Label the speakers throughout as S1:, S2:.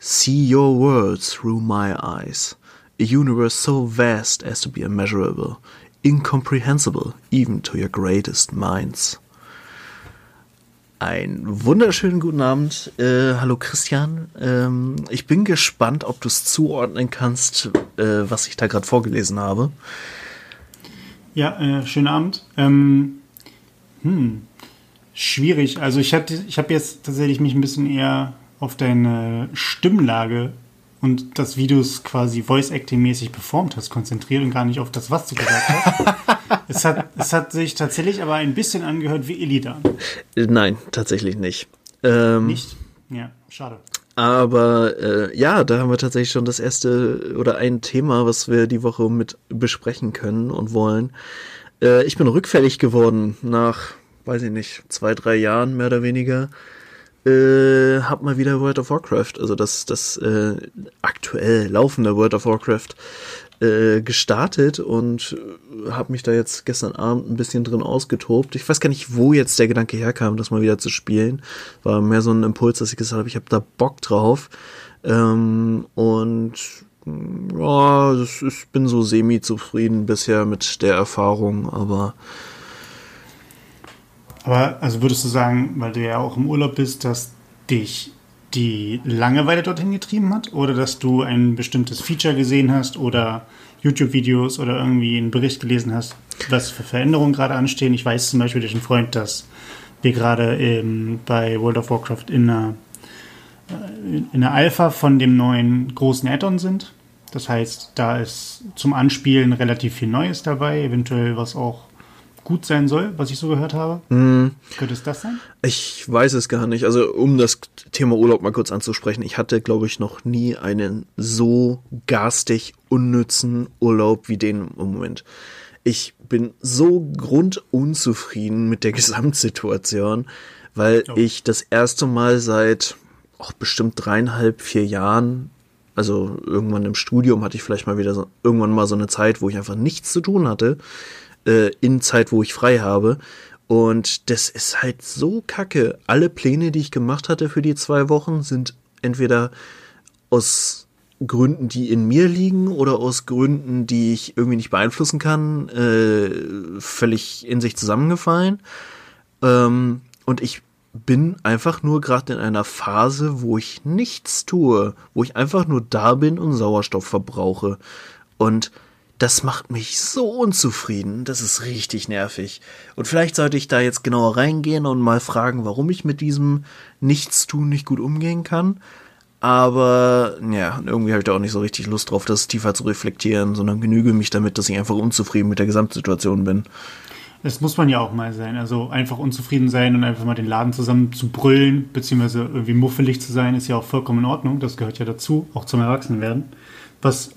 S1: See your world through my eyes. A universe so vast as to be immeasurable, incomprehensible even to your greatest minds. Einen wunderschönen guten Abend. Hallo Christian. Ich bin gespannt, ob du es zuordnen kannst, was ich da gerade vorgelesen habe.
S2: Ja, schönen Abend. Schwierig. Also ich habe jetzt tatsächlich mich ein bisschen eher auf deine Stimmlage und das, wie du es quasi Voice-Acting-mäßig performt hast, konzentriert und gar nicht auf das, was du gesagt hast. Es hat sich tatsächlich aber ein bisschen angehört wie Illidan.
S1: Nein, tatsächlich nicht.
S2: Nicht? Ja, schade.
S1: Aber ja, da haben wir tatsächlich schon das erste oder ein Thema, was wir die Woche mit besprechen können und wollen. Ich bin rückfällig geworden nach, weiß ich nicht, 2-3 Jahren mehr oder weniger. Hab mal wieder World of Warcraft, also das aktuell laufende World of Warcraft gestartet und habe mich da jetzt gestern Abend ein bisschen drin ausgetobt. Ich weiß gar nicht, wo jetzt der Gedanke herkam, das mal wieder zu spielen. War mehr so ein Impuls, dass ich gesagt habe, ich habe da Bock drauf. Und ja, ich bin so semi-zufrieden bisher mit der Erfahrung, aber
S2: also würdest du sagen, weil du ja auch im Urlaub bist, dass dich die Langeweile dorthin getrieben hat oder dass du ein bestimmtes Feature gesehen hast oder YouTube-Videos oder irgendwie einen Bericht gelesen hast, was für Veränderungen gerade anstehen? Ich weiß zum Beispiel durch einen Freund, dass wir gerade bei World of Warcraft in einer Alpha von dem neuen großen Add-on sind. Das heißt, da ist zum Anspielen relativ viel Neues dabei, eventuell was auch gut sein soll, was ich so gehört habe. Könnte es das sein?
S1: Ich weiß es gar nicht. Also um das Thema Urlaub mal kurz anzusprechen, ich hatte, glaube ich, noch nie einen so garstig unnützen Urlaub wie den im Moment. Ich bin so grundunzufrieden mit der Gesamtsituation, weil ich das erste Mal seit bestimmt 3,5-4 Jahren, also irgendwann im Studium hatte ich vielleicht mal wieder irgendwann mal so eine Zeit, wo ich einfach nichts zu tun hatte, in Zeit, wo ich frei habe. Und das ist halt so kacke. Alle Pläne, die ich gemacht hatte für die 2 Wochen, sind entweder aus Gründen, die in mir liegen oder aus Gründen, die ich irgendwie nicht beeinflussen kann, völlig in sich zusammengefallen. Und ich bin einfach nur gerade in einer Phase, wo ich nichts tue, wo ich einfach nur da bin und Sauerstoff verbrauche. Und das macht mich so unzufrieden, das ist richtig nervig. Und vielleicht sollte ich da jetzt genauer reingehen und mal fragen, warum ich mit diesem Nichtstun nicht gut umgehen kann. Aber ja, irgendwie habe ich da auch nicht so richtig Lust drauf, das tiefer zu reflektieren, sondern genüge mich damit, dass ich einfach unzufrieden mit der Gesamtsituation bin.
S2: Das muss man ja auch mal sein. Also einfach unzufrieden sein und einfach mal den Laden zusammen zu brüllen, beziehungsweise irgendwie muffelig zu sein, ist ja auch vollkommen in Ordnung. Das gehört ja dazu, auch zum Erwachsenwerden. Was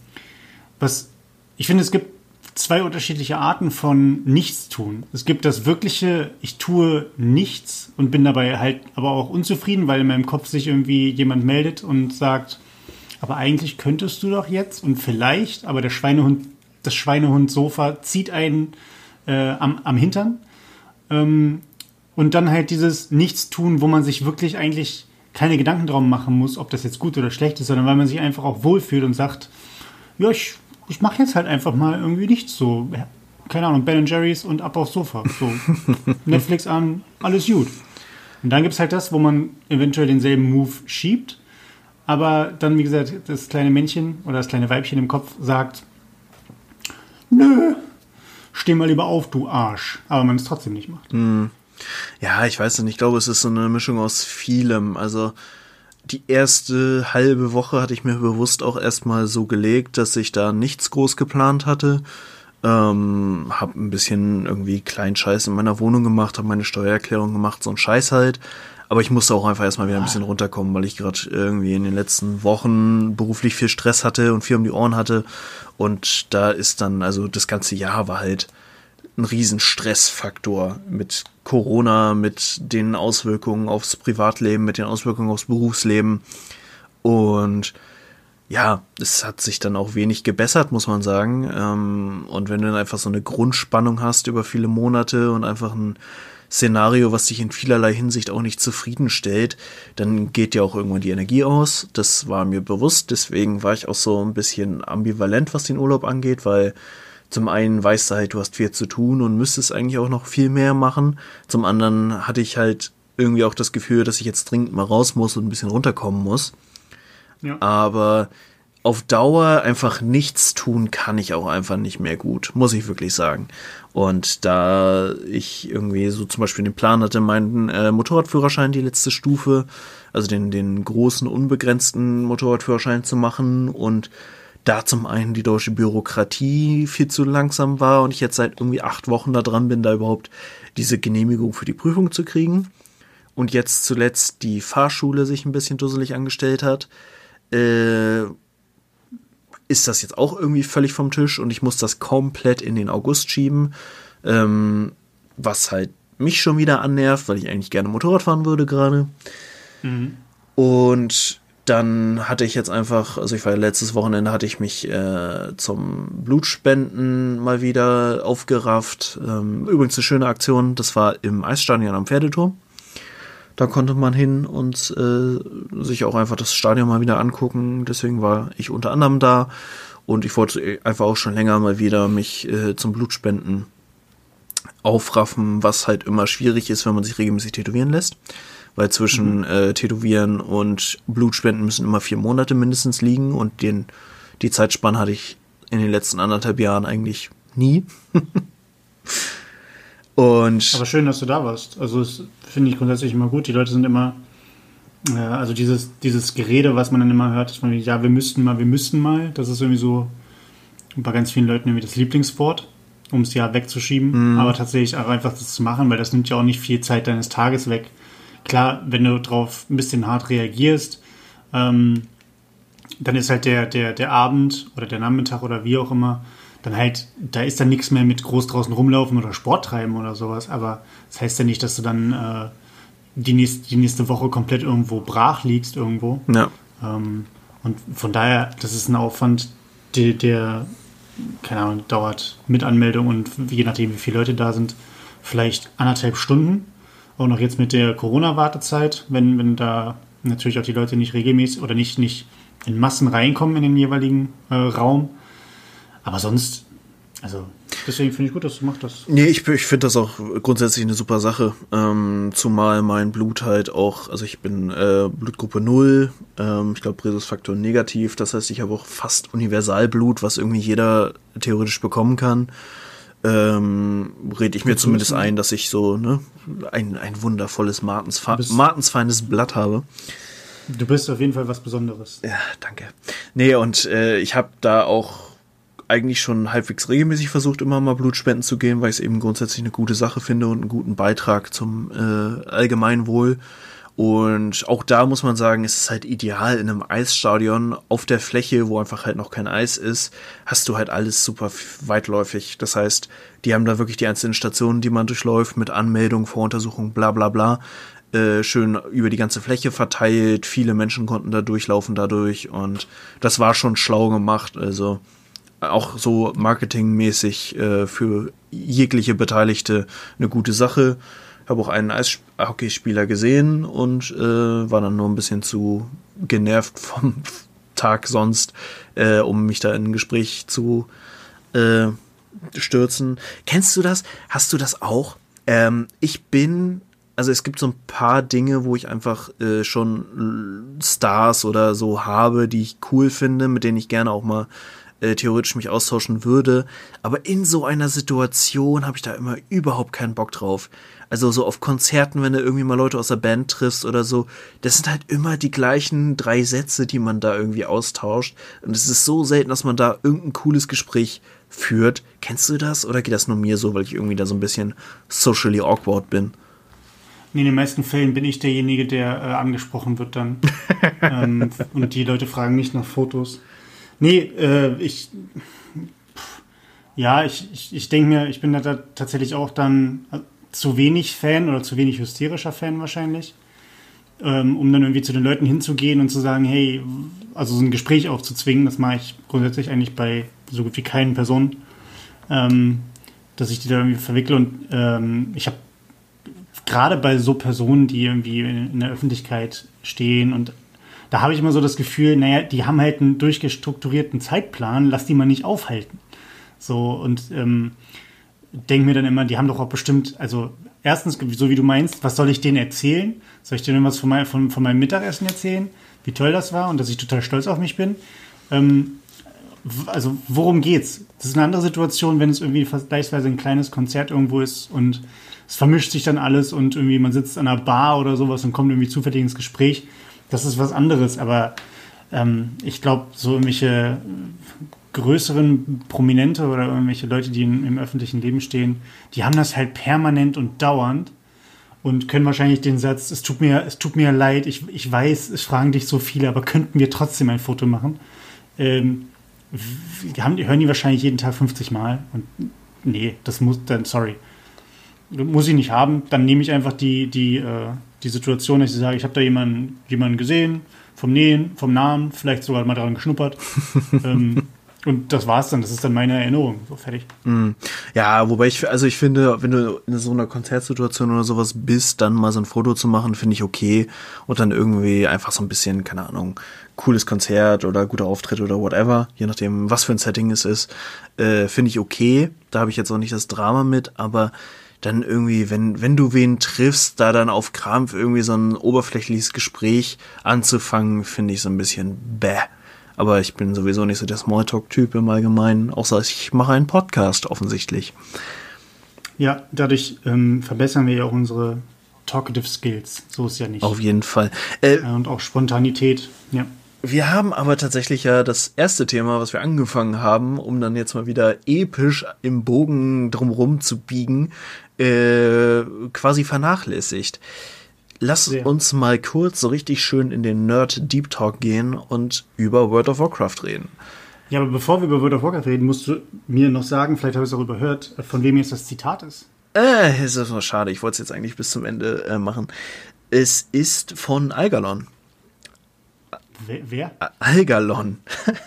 S2: ich finde, es gibt 2 unterschiedliche Arten von Nichtstun. Es gibt das wirkliche, ich tue nichts und bin dabei halt aber auch unzufrieden, weil in meinem Kopf sich irgendwie jemand meldet und sagt, aber eigentlich könntest du doch jetzt und vielleicht, aber das Schweinehund-Sofa zieht einen am Hintern. Und dann halt dieses Nichtstun, wo man sich wirklich eigentlich keine Gedanken drauf machen muss, ob das jetzt gut oder schlecht ist, sondern weil man sich einfach auch wohlfühlt und sagt, ja, ich mache jetzt halt einfach mal irgendwie nichts so. Keine Ahnung, Ben & Jerry's und ab aufs Sofa. So. Netflix an, alles gut. Und dann gibt es halt das, wo man eventuell denselben Move schiebt, aber dann, wie gesagt, das kleine Männchen oder das kleine Weibchen im Kopf sagt, nö, steh mal lieber auf, du Arsch. Aber man es trotzdem nicht macht.
S1: Ja, ich weiß nicht, ich glaube, es ist so eine Mischung aus vielem. Also die erste halbe Woche hatte ich mir bewusst auch erstmal so gelegt, dass ich da nichts groß geplant hatte. Hab ein bisschen irgendwie kleinen Scheiß in meiner Wohnung gemacht, habe meine Steuererklärung gemacht, so ein Scheiß halt. Aber ich musste auch einfach erstmal wieder ein bisschen runterkommen, weil ich gerade irgendwie in den letzten Wochen beruflich viel Stress hatte und viel um die Ohren hatte. Und da ist dann, also das ganze Jahr war halt ein riesen Stressfaktor mit Corona, mit den Auswirkungen aufs Privatleben, mit den Auswirkungen aufs Berufsleben. Und ja, es hat sich dann auch wenig gebessert, muss man sagen. Und wenn du dann einfach so eine Grundspannung hast über viele Monate und einfach ein Szenario, was dich in vielerlei Hinsicht auch nicht zufriedenstellt, dann geht ja auch irgendwann die Energie aus. Das war mir bewusst, deswegen war ich auch so ein bisschen ambivalent, was den Urlaub angeht, weil zum einen weißt du halt, du hast viel zu tun und müsstest eigentlich auch noch viel mehr machen. Zum anderen hatte ich halt irgendwie auch das Gefühl, dass ich jetzt dringend mal raus muss und ein bisschen runterkommen muss. Ja. Aber auf Dauer einfach nichts tun kann ich auch einfach nicht mehr gut, muss ich wirklich sagen. Und da ich irgendwie so zum Beispiel den Plan hatte, meinen Motorradführerschein, die letzte Stufe, also den großen, unbegrenzten Motorradführerschein zu machen und da zum einen die deutsche Bürokratie viel zu langsam war und ich jetzt seit irgendwie 8 Wochen da dran bin, da überhaupt diese Genehmigung für die Prüfung zu kriegen. Und jetzt zuletzt die Fahrschule sich ein bisschen dusselig angestellt hat, ist das jetzt auch irgendwie völlig vom Tisch und ich muss das komplett in den August schieben, was halt mich schon wieder annervt, weil ich eigentlich gerne Motorrad fahren würde gerade. Mhm. Und dann hatte ich jetzt einfach, also ich war letztes Wochenende, hatte ich mich zum Blutspenden mal wieder aufgerafft. Übrigens eine schöne Aktion, das war im Eisstadion am Pferdeturm. Da konnte man hin und sich auch einfach das Stadion mal wieder angucken. Deswegen war ich unter anderem da. Und ich wollte einfach auch schon länger mal wieder mich zum Blutspenden aufraffen, was halt immer schwierig ist, wenn man sich regelmäßig tätowieren lässt. Weil zwischen Tätowieren und Blutspenden müssen immer 4 Monate mindestens liegen. Und die Zeitspanne hatte ich in den letzten 1,5 Jahren eigentlich nie.
S2: Aber schön, dass du da warst. Also das finde ich grundsätzlich immer gut. Die Leute sind immer, also dieses Gerede, was man dann immer hört, ist man, ja, wir müssten mal. Das ist irgendwie so bei ganz vielen Leuten irgendwie das Lieblingswort, um es ja wegzuschieben. Mhm. Aber tatsächlich auch einfach das zu machen, weil das nimmt ja auch nicht viel Zeit deines Tages weg. Klar, wenn du drauf ein bisschen hart reagierst, dann ist halt der Abend oder der Nachmittag oder wie auch immer, dann halt, da ist dann nichts mehr mit groß draußen rumlaufen oder Sport treiben oder sowas, aber das heißt ja nicht, dass du dann die nächste Woche komplett irgendwo brach liegst irgendwo. Ja. Und von daher, das ist ein Aufwand, der keine Ahnung, dauert mit Anmeldung und je nachdem, wie viele Leute da sind, vielleicht 1,5 Stunden. Auch noch jetzt mit der Corona-Wartezeit, wenn da natürlich auch die Leute nicht regelmäßig oder nicht in Massen reinkommen in den jeweiligen Raum. Aber sonst, also deswegen finde ich gut, dass du gemacht hast.
S1: Nee, ich finde das auch grundsätzlich eine super Sache. Zumal mein Blut halt auch, also ich bin Blutgruppe 0, ich glaube Rhesusfaktor negativ, das heißt, ich habe auch fast Universalblut, was irgendwie jeder theoretisch bekommen kann. Rede ich mir zumindest ein, dass ich so ein wundervolles martensfeines Blatt habe.
S2: Du bist auf jeden Fall was Besonderes.
S1: Ja, danke. Nee, und ich habe da auch eigentlich schon halbwegs regelmäßig versucht, immer mal Blutspenden zu gehen, weil ich es eben grundsätzlich eine gute Sache finde und einen guten Beitrag zum Allgemeinwohl. Und auch da muss man sagen, ist es halt ideal in einem Eisstadion auf der Fläche, wo einfach halt noch kein Eis ist, hast du halt alles super weitläufig. Das heißt, die haben da wirklich die einzelnen Stationen, die man durchläuft, mit Anmeldung, Voruntersuchung, bla bla bla, schön über die ganze Fläche verteilt. Viele Menschen konnten da durchlaufen dadurch und das war schon schlau gemacht. Also auch so marketingmäßig für jegliche Beteiligte eine gute Sache. Ich habe auch einen Eishockeyspieler gesehen und war dann nur ein bisschen zu genervt vom Tag sonst, um mich da in ein Gespräch zu stürzen. Kennst du das? Hast du das auch? Also es gibt so ein paar Dinge, wo ich einfach schon Stars oder so habe, die ich cool finde, mit denen ich gerne auch mal theoretisch mich austauschen würde. Aber in so einer Situation habe ich da immer überhaupt keinen Bock drauf. Also so auf Konzerten, wenn du irgendwie mal Leute aus der Band triffst oder so, das sind halt immer die gleichen 3 Sätze, die man da irgendwie austauscht. Und es ist so selten, dass man da irgendein cooles Gespräch führt. Kennst du das? Oder geht das nur mir so, weil ich irgendwie da so ein bisschen socially awkward bin?
S2: Nee, in den meisten Fällen bin ich derjenige, der angesprochen wird dann. Und die Leute fragen nicht nach Fotos. Nee, ich denke mir, ich bin da tatsächlich auch dann zu wenig Fan oder zu wenig hysterischer Fan wahrscheinlich, um dann irgendwie zu den Leuten hinzugehen und zu sagen, hey, also so ein Gespräch aufzuzwingen, das mache ich grundsätzlich eigentlich bei so gut wie keinen Personen, dass ich die da irgendwie verwickle und ich habe gerade bei so Personen, die irgendwie in der Öffentlichkeit stehen, und da habe ich immer so das Gefühl, naja, die haben halt einen durchgestrukturierten Zeitplan, lass die mal nicht aufhalten. So, und denke mir dann immer, die haben doch auch bestimmt, also erstens, so wie du meinst, was soll ich denen erzählen? Soll ich denen was von meinem Mittagessen erzählen? Wie toll das war und dass ich total stolz auf mich bin? Also worum geht's? Das ist eine andere Situation, wenn es irgendwie vergleichsweise ein kleines Konzert irgendwo ist und es vermischt sich dann alles und irgendwie man sitzt an einer Bar oder sowas und kommt irgendwie zufällig ins Gespräch. Das ist was anderes, aber ich glaube, so irgendwelche größeren Prominente oder irgendwelche Leute, die im öffentlichen Leben stehen, die haben das halt permanent und dauernd und können wahrscheinlich den Satz, es tut mir leid, ich weiß, es fragen dich so viele, aber könnten wir trotzdem ein Foto machen? Hören die wahrscheinlich jeden Tag 50 Mal und nee, das muss dann, sorry, muss ich nicht haben, dann nehme ich einfach die Situation, dass ich sage, ich habe da jemanden gesehen, vom Nähen, vom Namen, vielleicht sogar mal daran geschnuppert. Und das war's dann, das ist dann meine Erinnerung, so fertig.
S1: Ja, wobei ich finde, wenn du in so einer Konzertsituation oder sowas bist, dann mal so ein Foto zu machen, finde ich okay. Und dann irgendwie einfach so ein bisschen, keine Ahnung, cooles Konzert oder guter Auftritt oder whatever, je nachdem, was für ein Setting es ist, finde ich okay. Da habe ich jetzt auch nicht das Drama mit, aber dann irgendwie, wenn du wen triffst, da dann auf Krampf irgendwie so ein oberflächliches Gespräch anzufangen, finde ich so ein bisschen bäh. Aber ich bin sowieso nicht so der Smalltalk-Typ im Allgemeinen, außer ich mache einen Podcast offensichtlich.
S2: Ja, dadurch verbessern wir ja auch unsere Talkative Skills. So ist ja nicht.
S1: Auf jeden Fall.
S2: Und auch Spontanität, ja.
S1: Wir haben aber tatsächlich ja das erste Thema, was wir angefangen haben, um dann jetzt mal wieder episch im Bogen drumherum zu biegen, quasi vernachlässigt. Lass uns mal kurz so richtig schön in den Nerd-Deep Talk gehen und über World of Warcraft reden.
S2: Ja, aber bevor wir über World of Warcraft reden, musst du mir noch sagen, vielleicht habe ich es auch überhört, von wem jetzt das Zitat ist.
S1: Es ist nur schade, ich wollte es jetzt eigentlich bis zum Ende machen. Es ist von Algalon.
S2: Wer?
S1: Algalon.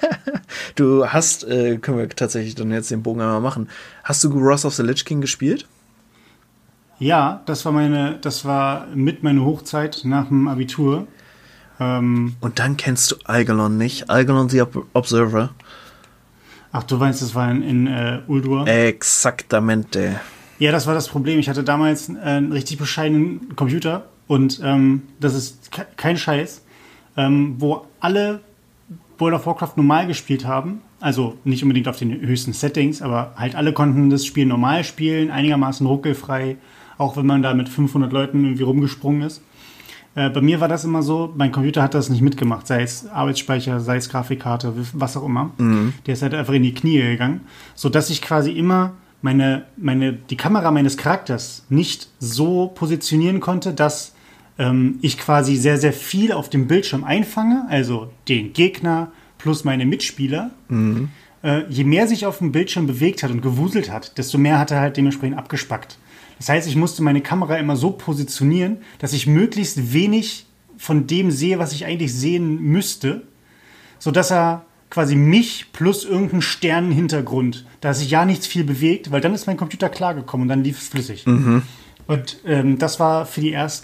S1: Du hast, können wir tatsächlich dann jetzt den Bogen einmal machen. Hast du Wrath of the Lich King gespielt?
S2: Ja, das war mit meiner Hochzeit nach dem Abitur.
S1: Und dann kennst du Algalon nicht? Algalon the Observer.
S2: Ach, du meinst, das war in Uldur?
S1: Exaktamente.
S2: Ja, das war das Problem. Ich hatte damals einen richtig bescheidenen Computer und das ist kein Scheiß, wo alle World of Warcraft normal gespielt haben. Also nicht unbedingt auf den höchsten Settings, aber halt alle konnten das Spiel normal spielen, einigermaßen ruckelfrei, auch wenn man da mit 500 Leuten irgendwie rumgesprungen ist. Bei mir war das immer so, mein Computer hat das nicht mitgemacht, sei es Arbeitsspeicher, sei es Grafikkarte, was auch immer. Mhm. Der ist halt einfach in die Knie gegangen, sodass ich quasi immer die Kamera meines Charakters nicht so positionieren konnte, dass ich quasi sehr, sehr viel auf dem Bildschirm einfange, also den Gegner plus meine Mitspieler. Mhm. Je mehr sich auf dem Bildschirm bewegt hat und gewuselt hat, desto mehr hat er halt dementsprechend abgespackt. Das heißt, ich musste meine Kamera immer so positionieren, dass ich möglichst wenig von dem sehe, was ich eigentlich sehen müsste, sodass er quasi mich plus irgendeinen Sternenhintergrund, da sich ja nichts viel bewegt, weil dann ist mein Computer klargekommen und dann lief es flüssig. Mhm. Und das war fürs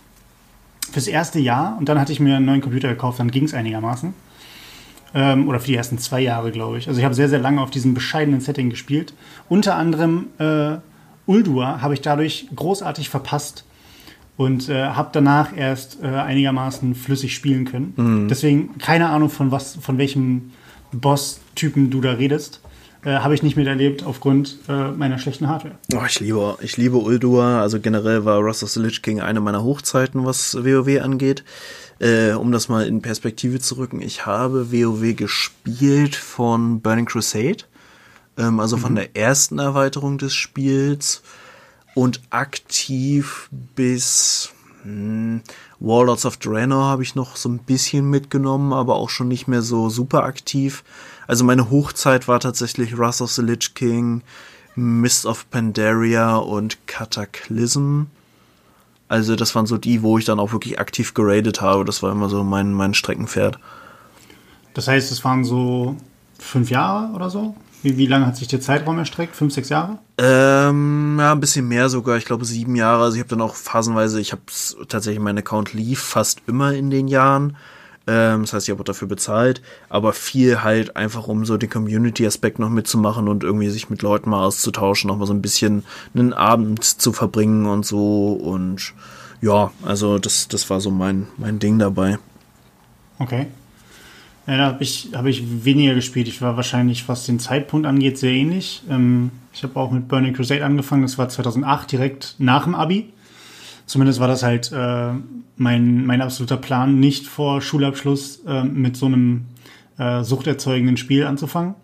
S2: erste Jahr und dann hatte ich mir einen neuen Computer gekauft, dann ging es einigermaßen. Oder für die ersten 2 Jahre, glaube ich. Also ich habe sehr, sehr lange auf diesem bescheidenen Setting gespielt. Unter anderem Uldur habe ich dadurch großartig verpasst und habe danach erst einigermaßen flüssig spielen können. Mhm. Deswegen keine Ahnung, von welchem Boss-Typen du da redest. Habe ich nicht miterlebt aufgrund meiner schlechten Hardware.
S1: Oh, ich liebe Uldur. Also generell war Wrath of the Lich King eine meiner Hochzeiten, was WoW angeht. Um das mal in Perspektive zu rücken, ich habe WoW gespielt von Burning Crusade, also von der ersten Erweiterung des Spiels und aktiv bis Warlords of Draenor habe ich noch so ein bisschen mitgenommen, aber auch schon nicht mehr so super aktiv. Also meine Hochzeit war tatsächlich Wrath of the Lich King, Mist of Pandaria und Cataclysm. Also das waren so die, wo ich dann auch wirklich aktiv geradet habe. Das war immer so mein Streckenpferd.
S2: Das heißt, es waren so 5 Jahre oder so? Wie lange hat sich der Zeitraum erstreckt? 5, 6 Jahre?
S1: Ja, ein bisschen mehr sogar. Ich glaube 7 Jahre. Also ich habe dann auch phasenweise, ich habe tatsächlich, mein Account lief fast immer in den Jahren. Das heißt, ich habe auch dafür bezahlt. Aber viel halt einfach, um so den Community-Aspekt noch mitzumachen und irgendwie sich mit Leuten mal auszutauschen, noch mal so ein bisschen einen Abend zu verbringen und so. Und ja, also das war so mein Ding dabei.
S2: Okay. Ja, da hab ich weniger gespielt. Ich war wahrscheinlich, was den Zeitpunkt angeht, sehr ähnlich. Ich habe auch mit Burning Crusade angefangen. Das war 2008, direkt nach dem Abi. Zumindest war das halt mein absoluter Plan, nicht vor Schulabschluss mit so einem suchterzeugenden Spiel anzufangen.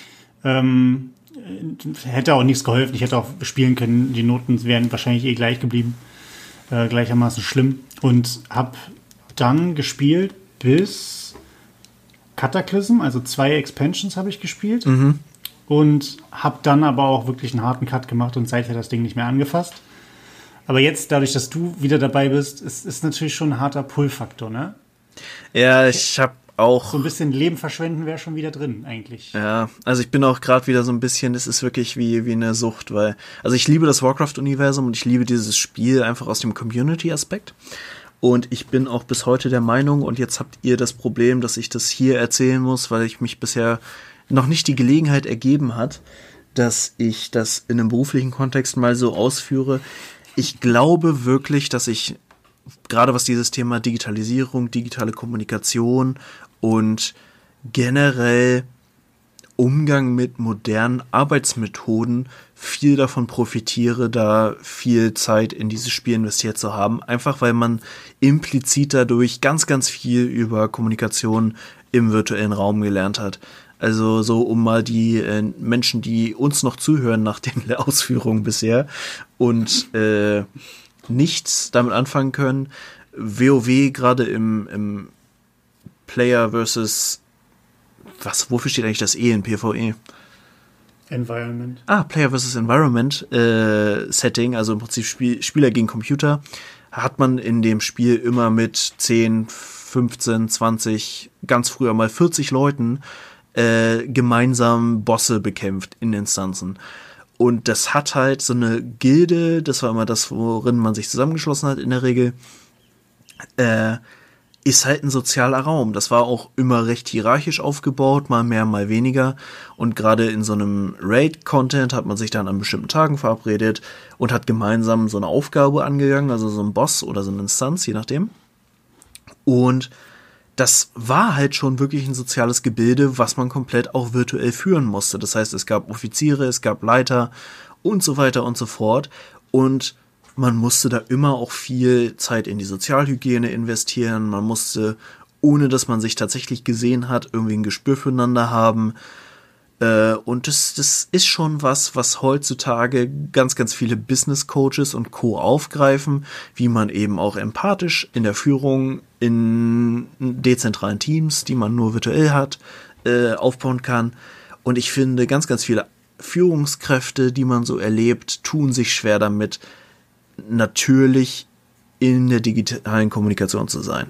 S2: Hätte auch nichts geholfen. Ich hätte auch spielen können. Die Noten wären wahrscheinlich gleich geblieben. Gleichermaßen schlimm. Und habe dann gespielt bis Cataclysm, also 2 Expansions habe ich gespielt. Und habe dann aber auch wirklich einen harten Cut gemacht und seither das Ding nicht mehr angefasst. Aber jetzt, dadurch, dass du wieder dabei bist, ist natürlich schon ein harter Pull-Faktor, ne?
S1: Ja, ich habe auch...
S2: So ein bisschen Leben verschwenden wäre schon wieder drin, eigentlich.
S1: Ja, also ich bin auch gerade wieder so ein bisschen, es ist wirklich wie eine Sucht, weil... Also ich liebe das Warcraft-Universum und ich liebe dieses Spiel einfach aus dem Community-Aspekt. Und ich bin auch bis heute der Meinung, und jetzt habt ihr das Problem, dass ich das hier erzählen muss, weil ich mich bisher noch nicht die Gelegenheit ergeben hat, dass ich das in einem beruflichen Kontext mal so ausführe. Ich glaube wirklich, dass ich, gerade was dieses Thema Digitalisierung, digitale Kommunikation und generell Umgang mit modernen Arbeitsmethoden viel davon profitiere, da viel Zeit in dieses Spiel investiert zu haben. Einfach weil man implizit dadurch ganz, ganz viel über Kommunikation im virtuellen Raum gelernt hat. Also so, um mal die Menschen, die uns noch zuhören nach den Ausführungen bisher und nichts damit anfangen können, WoW gerade im Player versus wofür steht eigentlich das E in PvE?
S2: Environment.
S1: Player versus Environment Setting, also im Prinzip Spieler gegen Computer, hat man in dem Spiel immer mit 10, 15, 20, ganz früher mal 40 Leuten gemeinsam Bosse bekämpft in Instanzen. Und das hat halt so eine Gilde, das war immer das, worin man sich zusammengeschlossen hat in der Regel, ist halt ein sozialer Raum. Das war auch immer recht hierarchisch aufgebaut, mal mehr, mal weniger. Und gerade in so einem Raid-Content hat man sich dann an bestimmten Tagen verabredet und hat gemeinsam so eine Aufgabe angegangen, also so ein Boss oder so eine Instanz, je nachdem. Und das war halt schon wirklich ein soziales Gebilde, was man komplett auch virtuell führen musste. Das heißt, es gab Offiziere, es gab Leiter und so weiter und so fort. Und man musste da immer auch viel Zeit in die Sozialhygiene investieren. Man musste, ohne dass man sich tatsächlich gesehen hat, irgendwie ein Gespür füreinander haben. Und das ist schon was heutzutage ganz, ganz viele Business Coaches und Co. aufgreifen, wie man eben auch empathisch in der Führung in dezentralen Teams, die man nur virtuell hat, aufbauen kann. Und ich finde, ganz, ganz viele Führungskräfte, die man so erlebt, tun sich schwer damit, natürlich in der digitalen Kommunikation zu sein.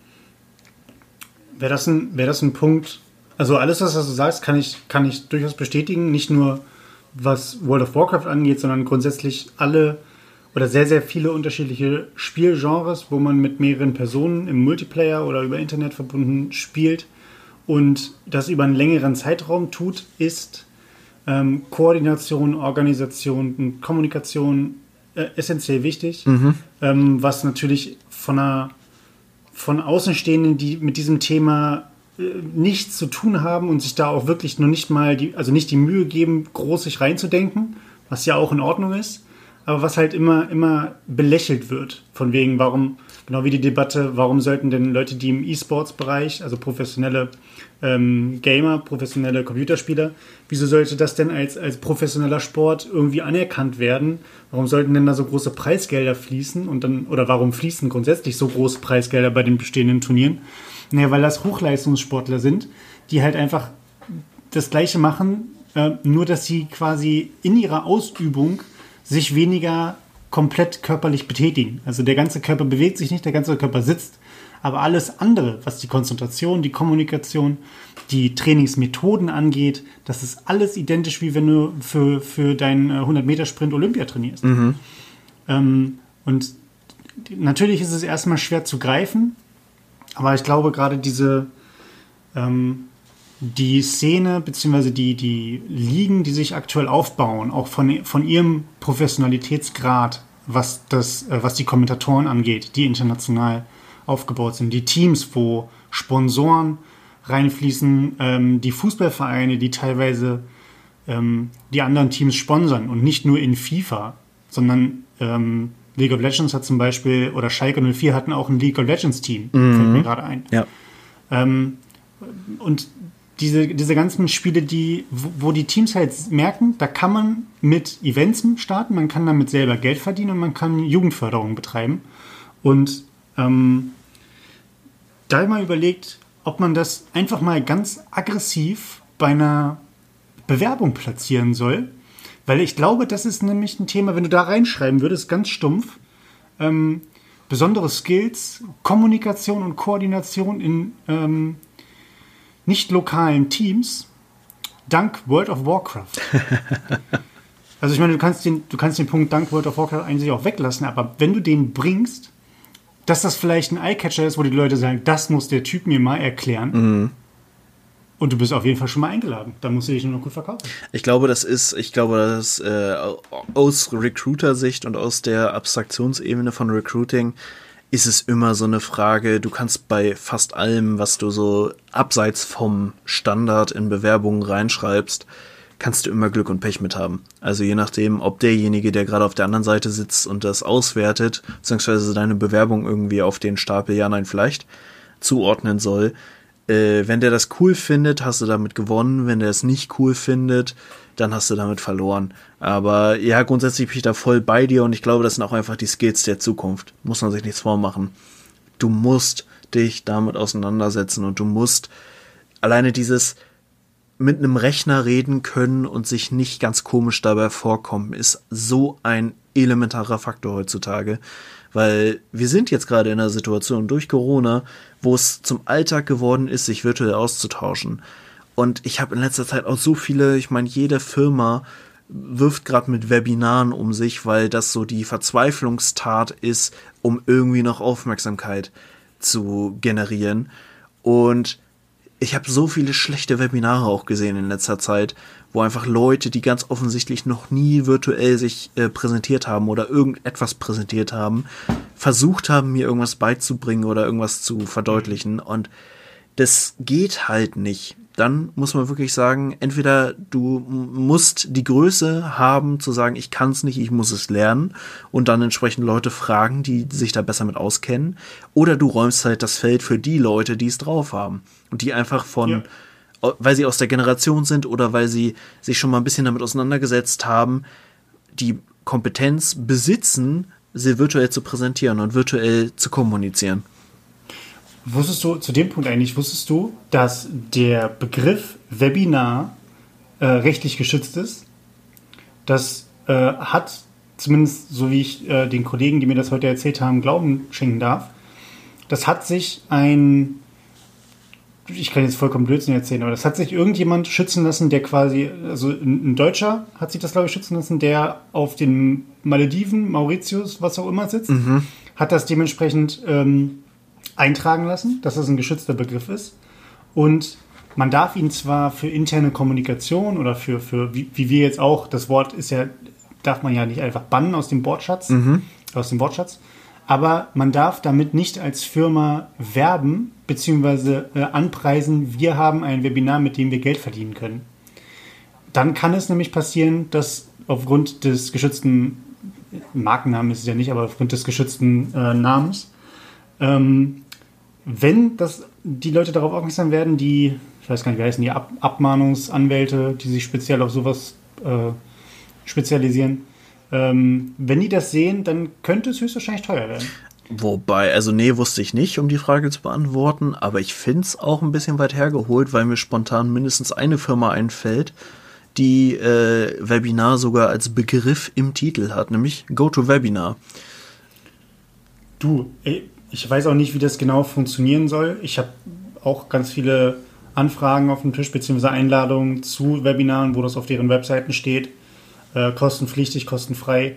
S2: Wäre das ein Punkt, also alles, was du sagst, kann ich durchaus bestätigen, nicht nur was World of Warcraft angeht, sondern grundsätzlich alle oder sehr, sehr viele unterschiedliche Spielgenres, wo man mit mehreren Personen im Multiplayer oder über Internet verbunden spielt und das über einen längeren Zeitraum tut, ist Koordination, Organisation und Kommunikation essentiell wichtig, was natürlich von Außenstehenden, die mit diesem Thema nichts zu tun haben und sich da auch wirklich noch nicht mal nicht die Mühe geben, groß sich reinzudenken, was ja auch in Ordnung ist, aber was halt immer belächelt wird, von wegen, warum, genau wie die Debatte, warum sollten denn Leute, die im E-Sports-Bereich, also professionelle Gamer, professionelle Computerspieler, wieso sollte das denn als professioneller Sport irgendwie anerkannt werden? Warum sollten denn da so große Preisgelder fließen oder warum fließen grundsätzlich so große Preisgelder bei den bestehenden Turnieren? Naja, weil das Hochleistungssportler sind, die halt einfach das Gleiche machen, nur dass sie quasi in ihrer Ausübung sich weniger komplett körperlich betätigen. Also der ganze Körper bewegt sich nicht, der ganze Körper sitzt, Aber alles andere, was die Konzentration, die Kommunikation, die Trainingsmethoden angeht, das ist alles identisch, wie wenn du für deinen 100-Meter-Sprint Olympia trainierst. Und natürlich ist es erstmal schwer zu greifen, aber ich glaube gerade die Szene bzw. die Ligen, die sich aktuell aufbauen, auch von ihrem Professionalitätsgrad, was die Kommentatoren angeht, die international aufgebaut sind, die Teams, wo Sponsoren reinfließen, die Fußballvereine, die teilweise die anderen Teams sponsern und nicht nur in FIFA, sondern League of Legends hat zum Beispiel, oder Schalke 04 hatten auch ein League of Legends Team, fällt mir gerade ein.
S1: Ja.
S2: Und diese ganzen Spiele, wo die Teams halt merken, da kann man mit Events starten, man kann damit selber Geld verdienen und man kann Jugendförderung betreiben. Und da mal überlegt, ob man das einfach mal ganz aggressiv bei einer Bewerbung platzieren soll. Weil ich glaube, das ist nämlich ein Thema, wenn du da reinschreiben würdest, ganz stumpf, besondere Skills, Kommunikation und Koordination in nicht lokalen Teams, dank World of Warcraft. Also ich meine, du kannst den Punkt dank World of Warcraft eigentlich auch weglassen, aber wenn du den bringst, dass das vielleicht ein Eyecatcher ist, wo die Leute sagen, das muss der Typ mir mal erklären. Und du bist auf jeden Fall schon mal eingeladen. Dann musst du dich nur noch gut verkaufen.
S1: Ich glaube, das aus Recruiter-Sicht und aus der Abstraktionsebene von Recruiting ist es immer so eine Frage, du kannst bei fast allem, was du so abseits vom Standard in Bewerbungen reinschreibst, kannst du immer Glück und Pech mit haben. Also je nachdem, ob derjenige, der gerade auf der anderen Seite sitzt und das auswertet, beziehungsweise deine Bewerbung irgendwie auf den Stapel Ja, Nein, vielleicht zuordnen soll, wenn der das cool findet, hast du damit gewonnen. Wenn der es nicht cool findet, dann hast du damit verloren. Aber ja, grundsätzlich bin ich da voll bei dir und ich glaube, das sind auch einfach die Skills der Zukunft. Muss man sich nichts vormachen. Du musst dich damit auseinandersetzen und du musst alleine dieses mit einem Rechner reden können und sich nicht ganz komisch dabei vorkommen, ist so ein elementarer Faktor heutzutage. Weil wir sind jetzt gerade in einer Situation durch Corona, wo es zum Alltag geworden ist, sich virtuell auszutauschen. Und ich habe in letzter Zeit auch so viele, ich meine, jede Firma wirft gerade mit Webinaren um sich, weil das so die Verzweiflungstat ist, um irgendwie noch Aufmerksamkeit zu generieren. Und ich habe so viele schlechte Webinare auch gesehen in letzter Zeit, wo einfach Leute, die ganz offensichtlich noch nie virtuell sich präsentiert haben oder irgendetwas präsentiert haben, versucht haben, mir irgendwas beizubringen oder irgendwas zu verdeutlichen. Und das geht halt nicht. Dann muss man wirklich sagen, entweder du musst die Größe haben, zu sagen, ich kann es nicht, ich muss es lernen und dann entsprechend Leute fragen, die sich da besser mit auskennen. Oder du räumst halt das Feld für die Leute, die es drauf haben und die einfach weil sie aus der Generation sind oder weil sie sich schon mal ein bisschen damit auseinandergesetzt haben, die Kompetenz besitzen, sie virtuell zu präsentieren und virtuell zu kommunizieren.
S2: Wusstest du, dass der Begriff Webinar rechtlich geschützt ist? Das hat, zumindest so wie ich den Kollegen, die mir das heute erzählt haben, Glauben schenken darf, das hat sich ich kann jetzt vollkommen Blödsinn erzählen, aber das hat sich irgendjemand schützen lassen, der quasi, also ein Deutscher hat sich das, glaube ich, schützen lassen, der auf den Malediven, Mauritius, was auch immer sitzt, hat das dementsprechend eintragen lassen, dass das ein geschützter Begriff ist. Und man darf ihn zwar für interne Kommunikation oder für wie wir jetzt auch, das Wort ist ja, darf man ja nicht einfach bannen aus dem Wortschatz, aber man darf damit nicht als Firma werben bzw. Anpreisen, wir haben ein Webinar, mit dem wir Geld verdienen können. Dann kann es nämlich passieren, dass aufgrund des geschützten Markennamen ist es ja nicht, aber aufgrund des geschützten Namens, wenn die Leute darauf aufmerksam werden, ich weiß gar nicht, wie heißen die, Abmahnungsanwälte, die sich speziell auf sowas spezialisieren, wenn die das sehen, dann könnte es höchstwahrscheinlich teuer werden.
S1: Wobei, also nee, wusste ich nicht, um die Frage zu beantworten, aber ich finde es auch ein bisschen weit hergeholt, weil mir spontan mindestens eine Firma einfällt, die Webinar sogar als Begriff im Titel hat, nämlich GoToWebinar.
S2: Ich weiß auch nicht, wie das genau funktionieren soll. Ich habe auch ganz viele Anfragen auf dem Tisch, beziehungsweise Einladungen zu Webinaren, wo das auf deren Webseiten steht. Kostenpflichtig, kostenfrei.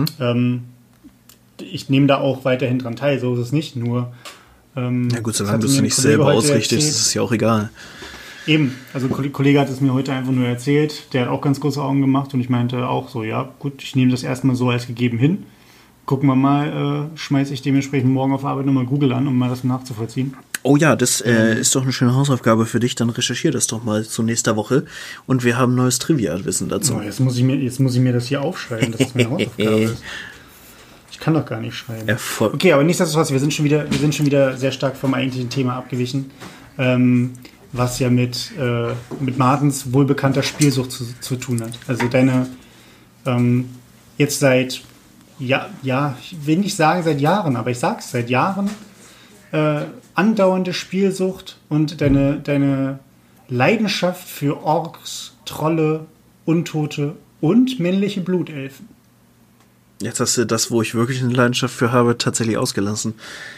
S2: Ich nehme da auch weiterhin dran teil, so ist es nicht. Nur
S1: ja gut, solange du es nicht selber ausrichtest, ist es ja auch egal.
S2: Eben, also ein Kollege hat es mir heute einfach nur erzählt, der hat auch ganz große Augen gemacht und ich meinte auch so, ja gut, ich nehme das erstmal so als gegeben hin. Gucken wir mal, schmeiße ich dementsprechend morgen auf Arbeit nochmal Google an, um mal das nachzuvollziehen.
S1: Oh ja, das ist doch eine schöne Hausaufgabe für dich, dann recherchier das doch mal zu nächster Woche und wir haben neues Trivia-Wissen dazu.
S2: Oh, jetzt muss ich mir das hier aufschreiben, dass das meine Hausaufgabe ist. Ich kann doch gar nicht schreiben. Okay, aber nichtsdestotrotz, wir sind schon wieder sehr stark vom eigentlichen Thema abgewichen, was ja mit Martens wohlbekannter Spielsucht zu tun hat. Also deine jetzt seit, ich will nicht sagen seit Jahren, aber ich sag's seit Jahren, andauernde Spielsucht und deine Leidenschaft für Orks, Trolle, Untote und männliche Blutelfen.
S1: Jetzt hast du das, wo ich wirklich eine Leidenschaft für habe, tatsächlich ausgelassen.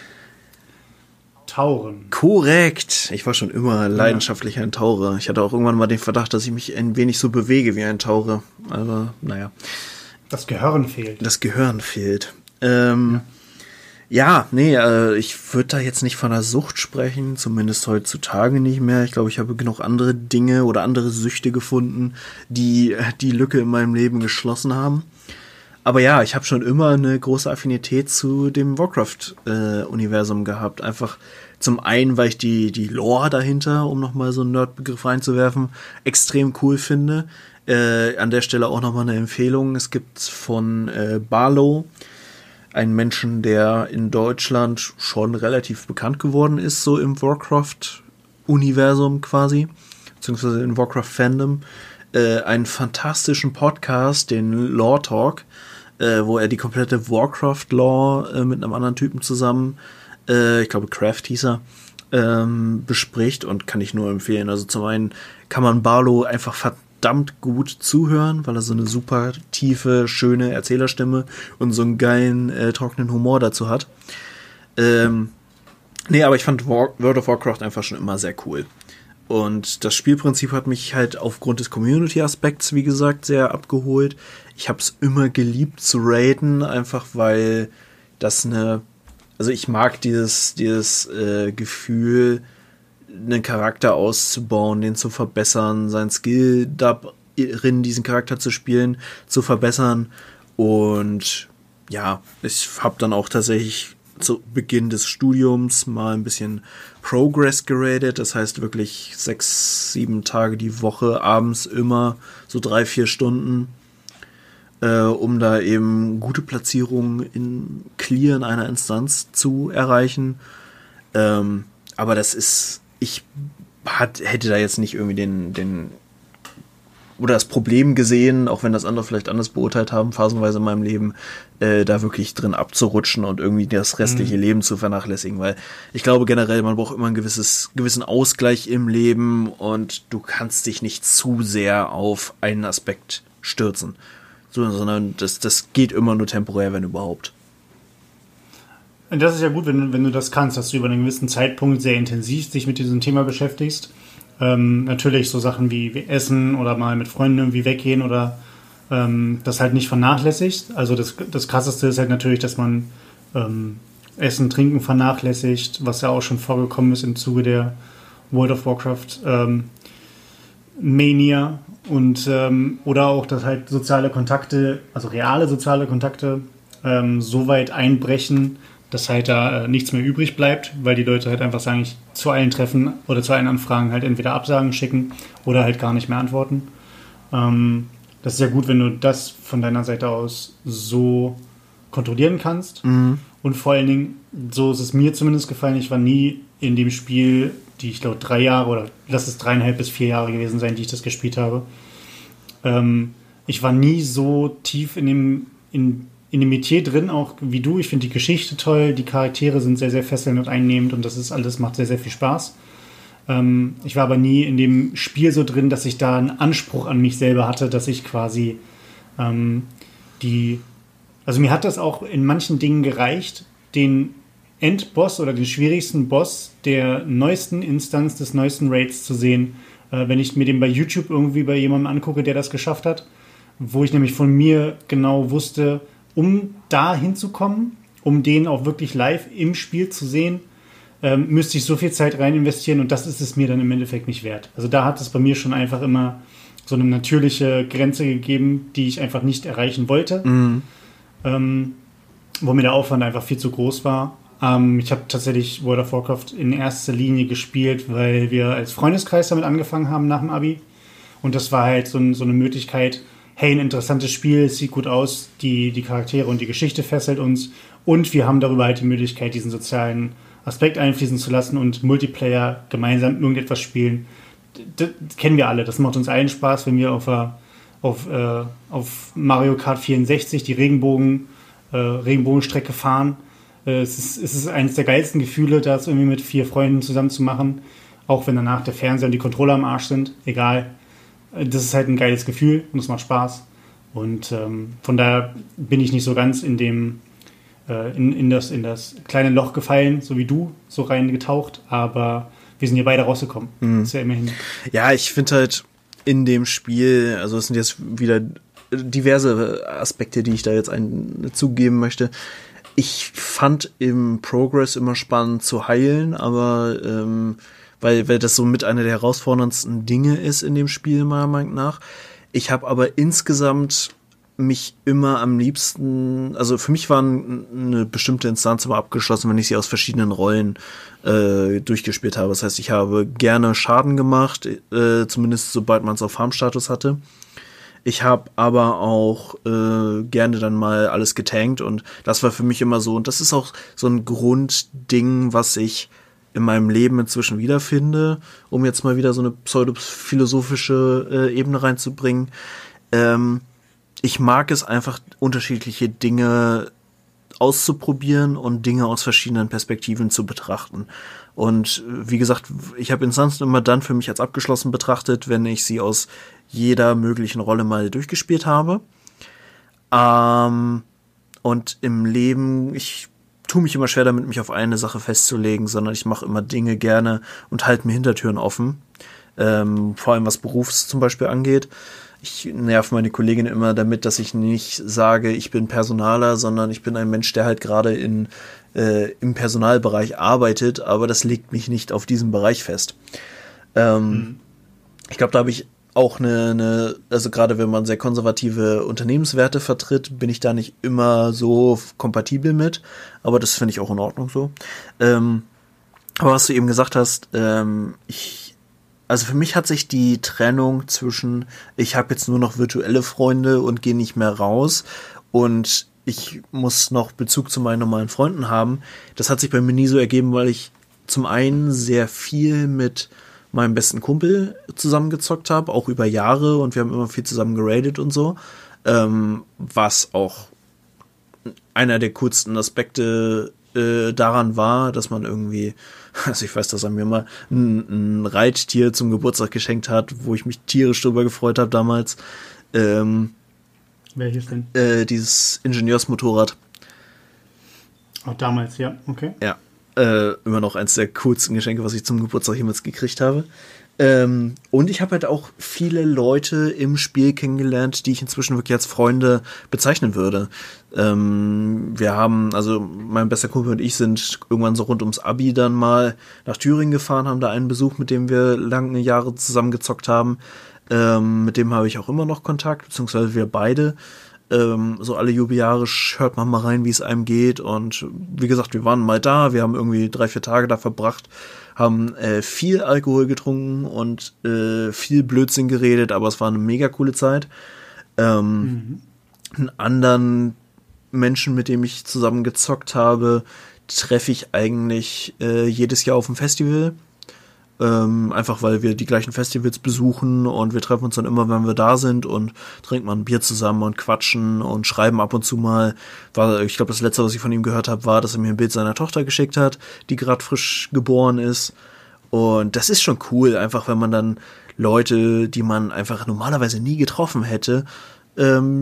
S2: Tauren.
S1: Korrekt. Ich war schon immer leidenschaftlich ein Taurer. Ich hatte auch irgendwann mal den Verdacht, dass ich mich ein wenig so bewege wie ein Taurer. Aber naja.
S2: Das Gehirn fehlt.
S1: Das Gehirn fehlt. Ich würde da jetzt nicht von einer Sucht sprechen, zumindest heutzutage nicht mehr. Ich glaube, ich habe genug andere Dinge oder andere Süchte gefunden, die die Lücke in meinem Leben geschlossen haben. Aber ja, ich habe schon immer eine große Affinität zu dem Warcraft-Universum gehabt. Einfach zum einen, weil ich die Lore dahinter, um nochmal so einen Nerd-Begriff reinzuwerfen, extrem cool finde. An der Stelle auch nochmal eine Empfehlung. Es gibt von Barlow, einen Menschen, der in Deutschland schon relativ bekannt geworden ist, so im Warcraft-Universum quasi, beziehungsweise im Warcraft-Fandom, einen fantastischen Podcast, den Lore Talk, wo er die komplette Warcraft-Lore mit einem anderen Typen zusammen, ich glaube Craft hieß er, bespricht und kann ich nur empfehlen. Also zum einen kann man Barlow einfach verdammt gut zuhören, weil er so eine super tiefe, schöne Erzählerstimme und so einen geilen, trockenen Humor dazu hat. Aber ich fand World of Warcraft einfach schon immer sehr cool. Und das Spielprinzip hat mich halt aufgrund des Community-Aspekts, wie gesagt, sehr abgeholt. Ich habe es immer geliebt zu raiden, einfach weil das ich mag dieses Gefühl, einen Charakter auszubauen, den zu verbessern, sein Skill darin, diesen Charakter zu spielen, zu verbessern. Und ja, ich habe dann auch tatsächlich zu Beginn des Studiums mal ein bisschen Progress geradet, das heißt wirklich 6-7 Tage die Woche, abends immer so 3-4 Stunden, um da eben gute Platzierungen in Clearen einer Instanz zu erreichen. Aber ich hätte da jetzt nicht irgendwie oder das Problem gesehen, auch wenn das andere vielleicht anders beurteilt haben, phasenweise in meinem Leben, da wirklich drin abzurutschen und irgendwie das restliche Leben zu vernachlässigen, weil ich glaube generell, man braucht immer einen gewissen Ausgleich im Leben und du kannst dich nicht zu sehr auf einen Aspekt stürzen, sondern das geht immer nur temporär, wenn überhaupt.
S2: Und das ist ja gut, wenn du das kannst, dass du über einen gewissen Zeitpunkt sehr intensiv dich mit diesem Thema beschäftigst. Natürlich so Sachen wie Essen oder mal mit Freunden irgendwie weggehen oder das halt nicht vernachlässigt. Also das Krasseste ist halt natürlich, dass man Essen, Trinken vernachlässigt, was ja auch schon vorgekommen ist im Zuge der World of Warcraft Mania und oder auch, dass halt soziale Kontakte, also reale soziale Kontakte so weit einbrechen, dass halt da nichts mehr übrig bleibt, weil die Leute halt einfach sagen, ich zu allen Treffen oder zu allen Anfragen halt entweder Absagen schicken oder halt gar nicht mehr antworten. Das ist ja gut, wenn du das von deiner Seite aus so kontrollieren kannst. Mhm. Und vor allen Dingen, so ist es mir zumindest gefallen, ich war nie in dem Spiel, die ich glaube 3 Jahre oder lass es 3,5 bis 4 Jahre gewesen sein, die ich das gespielt habe. Ich war nie so tief in dem Metier drin, auch wie du. Ich finde die Geschichte toll, die Charaktere sind sehr, sehr fesselnd und einnehmend und das ist alles, macht sehr, sehr viel Spaß. Ich war aber nie in dem Spiel so drin, dass ich da einen Anspruch an mich selber hatte, dass ich quasi also mir hat das auch in manchen Dingen gereicht, den Endboss oder den schwierigsten Boss der neuesten Instanz des neuesten Raids zu sehen, wenn ich mir den bei YouTube irgendwie bei jemandem angucke, der das geschafft hat, wo ich nämlich von mir genau wusste, um da hinzukommen, um den auch wirklich live im Spiel zu sehen, müsste ich so viel Zeit rein investieren und das ist es mir dann im Endeffekt nicht wert. Also da hat es bei mir schon einfach immer so eine natürliche Grenze gegeben, die ich einfach nicht erreichen wollte, wo mir der Aufwand einfach viel zu groß war. Ich habe tatsächlich World of Warcraft in erster Linie gespielt, weil wir als Freundeskreis damit angefangen haben nach dem Abi und das war halt so eine Möglichkeit, hey, ein interessantes Spiel, es sieht gut aus, die Charaktere und die Geschichte fesselt uns und wir haben darüber halt die Möglichkeit, diesen sozialen Aspekt einfließen zu lassen und Multiplayer gemeinsam irgendetwas spielen. Das kennen wir alle, das macht uns allen Spaß, wenn wir auf Mario Kart 64 die Regenbogenstrecke fahren. Es ist eines der geilsten Gefühle, das irgendwie mit 4 Freunden zusammen zu machen, auch wenn danach der Fernseher und die Controller am Arsch sind, egal. Das ist halt ein geiles Gefühl und es macht Spaß. Und von daher bin ich nicht so ganz in das kleine Loch gefallen, so wie du, so reingetaucht, aber wir sind hier beide rausgekommen. Das ist ja immerhin.
S1: Ja, ich finde halt in dem Spiel, also es sind jetzt wieder diverse Aspekte, die ich da jetzt zugeben möchte. Ich fand im Progress immer spannend zu heilen, aber weil das so mit einer der herausforderndsten Dinge ist in dem Spiel, meiner Meinung nach. Ich habe aber insgesamt mich immer am liebsten, also für mich war eine bestimmte Instanz immer abgeschlossen, wenn ich sie aus verschiedenen Rollen durchgespielt habe. Das heißt, ich habe gerne Schaden gemacht, zumindest sobald man es auf Farmstatus hatte. Ich habe aber auch gerne dann mal alles getankt und das war für mich immer so, und das ist auch so ein Grundding, was ich in meinem Leben inzwischen wiederfinde, um jetzt mal wieder so eine pseudophilosophische Ebene reinzubringen. Ich mag es einfach, unterschiedliche Dinge auszuprobieren und Dinge aus verschiedenen Perspektiven zu betrachten. Und wie gesagt, ich habe Instanzen immer dann für mich als abgeschlossen betrachtet, wenn ich sie aus jeder möglichen Rolle mal durchgespielt habe. Und im Leben, ich tue mich immer schwer damit, mich auf eine Sache festzulegen, sondern ich mache immer Dinge gerne und halte mir Hintertüren offen. Vor allem was Berufs zum Beispiel angeht. Ich nerv meine Kollegin immer damit, dass ich nicht sage, ich bin Personaler, sondern ich bin ein Mensch, der halt gerade im Personalbereich arbeitet, aber das legt mich nicht auf diesen Bereich fest. Ich glaube, da habe ich auch also gerade wenn man sehr konservative Unternehmenswerte vertritt, bin ich da nicht immer so kompatibel mit, aber das finde ich auch in Ordnung so. Aber was du eben gesagt hast, also für mich hat sich die Trennung zwischen, ich habe jetzt nur noch virtuelle Freunde und gehe nicht mehr raus und ich muss noch Bezug zu meinen normalen Freunden haben, das hat sich bei mir nie so ergeben, weil ich zum einen sehr viel mit meinem besten Kumpel zusammengezockt habe, auch über Jahre, und wir haben immer viel zusammen geradet und so, was auch einer der coolsten Aspekte daran war, dass man irgendwie, also ich weiß, dass er mir mal ein Reittier zum Geburtstag geschenkt hat, wo ich mich tierisch drüber gefreut habe damals.
S2: Welches denn?
S1: Dieses Ingenieursmotorrad.
S2: Auch damals, ja, okay.
S1: Ja, immer noch eins der coolsten Geschenke, was ich zum Geburtstag jemals gekriegt habe. Und ich habe halt auch viele Leute im Spiel kennengelernt, die ich inzwischen wirklich als Freunde bezeichnen würde. Wir haben, also mein bester Kumpel und ich sind irgendwann so rund ums Abi dann mal nach Thüringen gefahren, haben da einen Besuch, mit dem wir lange Jahre zusammengezockt haben. Mit dem habe ich auch immer noch Kontakt, beziehungsweise wir beide. So alle Jubeljahre hört man mal rein, wie es einem geht. Und wie gesagt, wir waren mal da, wir haben irgendwie 3-4 Tage da verbracht, haben viel Alkohol getrunken und viel Blödsinn geredet, aber es war eine mega coole Zeit. Einen anderen Menschen, mit dem ich zusammen gezockt habe, treffe ich eigentlich jedes Jahr auf dem Festival. Einfach weil wir die gleichen Festivals besuchen und wir treffen uns dann immer, wenn wir da sind, und trinken mal ein Bier zusammen und quatschen und schreiben ab und zu mal. Ich glaube, das letzte, was ich von ihm gehört habe, war, dass er mir ein Bild seiner Tochter geschickt hat, die gerade frisch geboren ist. Und das ist schon cool, einfach wenn man dann Leute, die man einfach normalerweise nie getroffen hätte,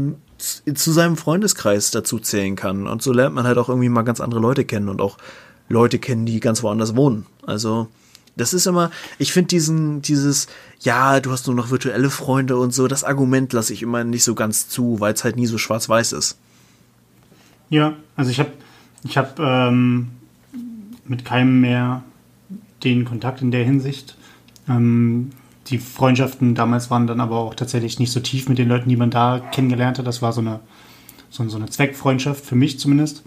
S1: zu seinem Freundeskreis dazu zählen kann. Und so lernt man halt auch irgendwie mal ganz andere Leute kennen und auch Leute kennen, die ganz woanders wohnen. Also das ist immer, ich finde dieses, ja, du hast nur noch virtuelle Freunde und so, das Argument lasse ich immer nicht so ganz zu, weil es halt nie so schwarz-weiß ist.
S2: Ja, also ich hab mit keinem mehr den Kontakt in der Hinsicht. Die Freundschaften damals waren dann aber auch tatsächlich nicht so tief mit den Leuten, die man da kennengelernt hat. Das war so eine Zweckfreundschaft, für mich zumindest.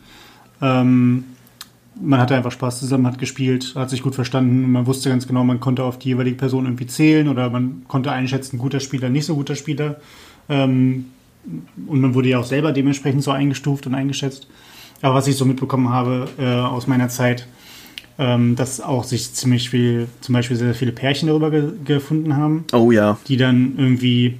S2: Man hatte einfach Spaß zusammen, hat gespielt, hat sich gut verstanden. Man wusste ganz genau, man konnte auf die jeweilige Person irgendwie zählen oder man konnte einschätzen, guter Spieler, nicht so guter Spieler. Und man wurde ja auch selber dementsprechend so eingestuft und eingeschätzt. Aber was ich so mitbekommen habe aus meiner Zeit, dass auch sich ziemlich viel, zum Beispiel sehr, sehr viele Pärchen darüber gefunden haben.
S1: Oh ja.
S2: Die dann irgendwie,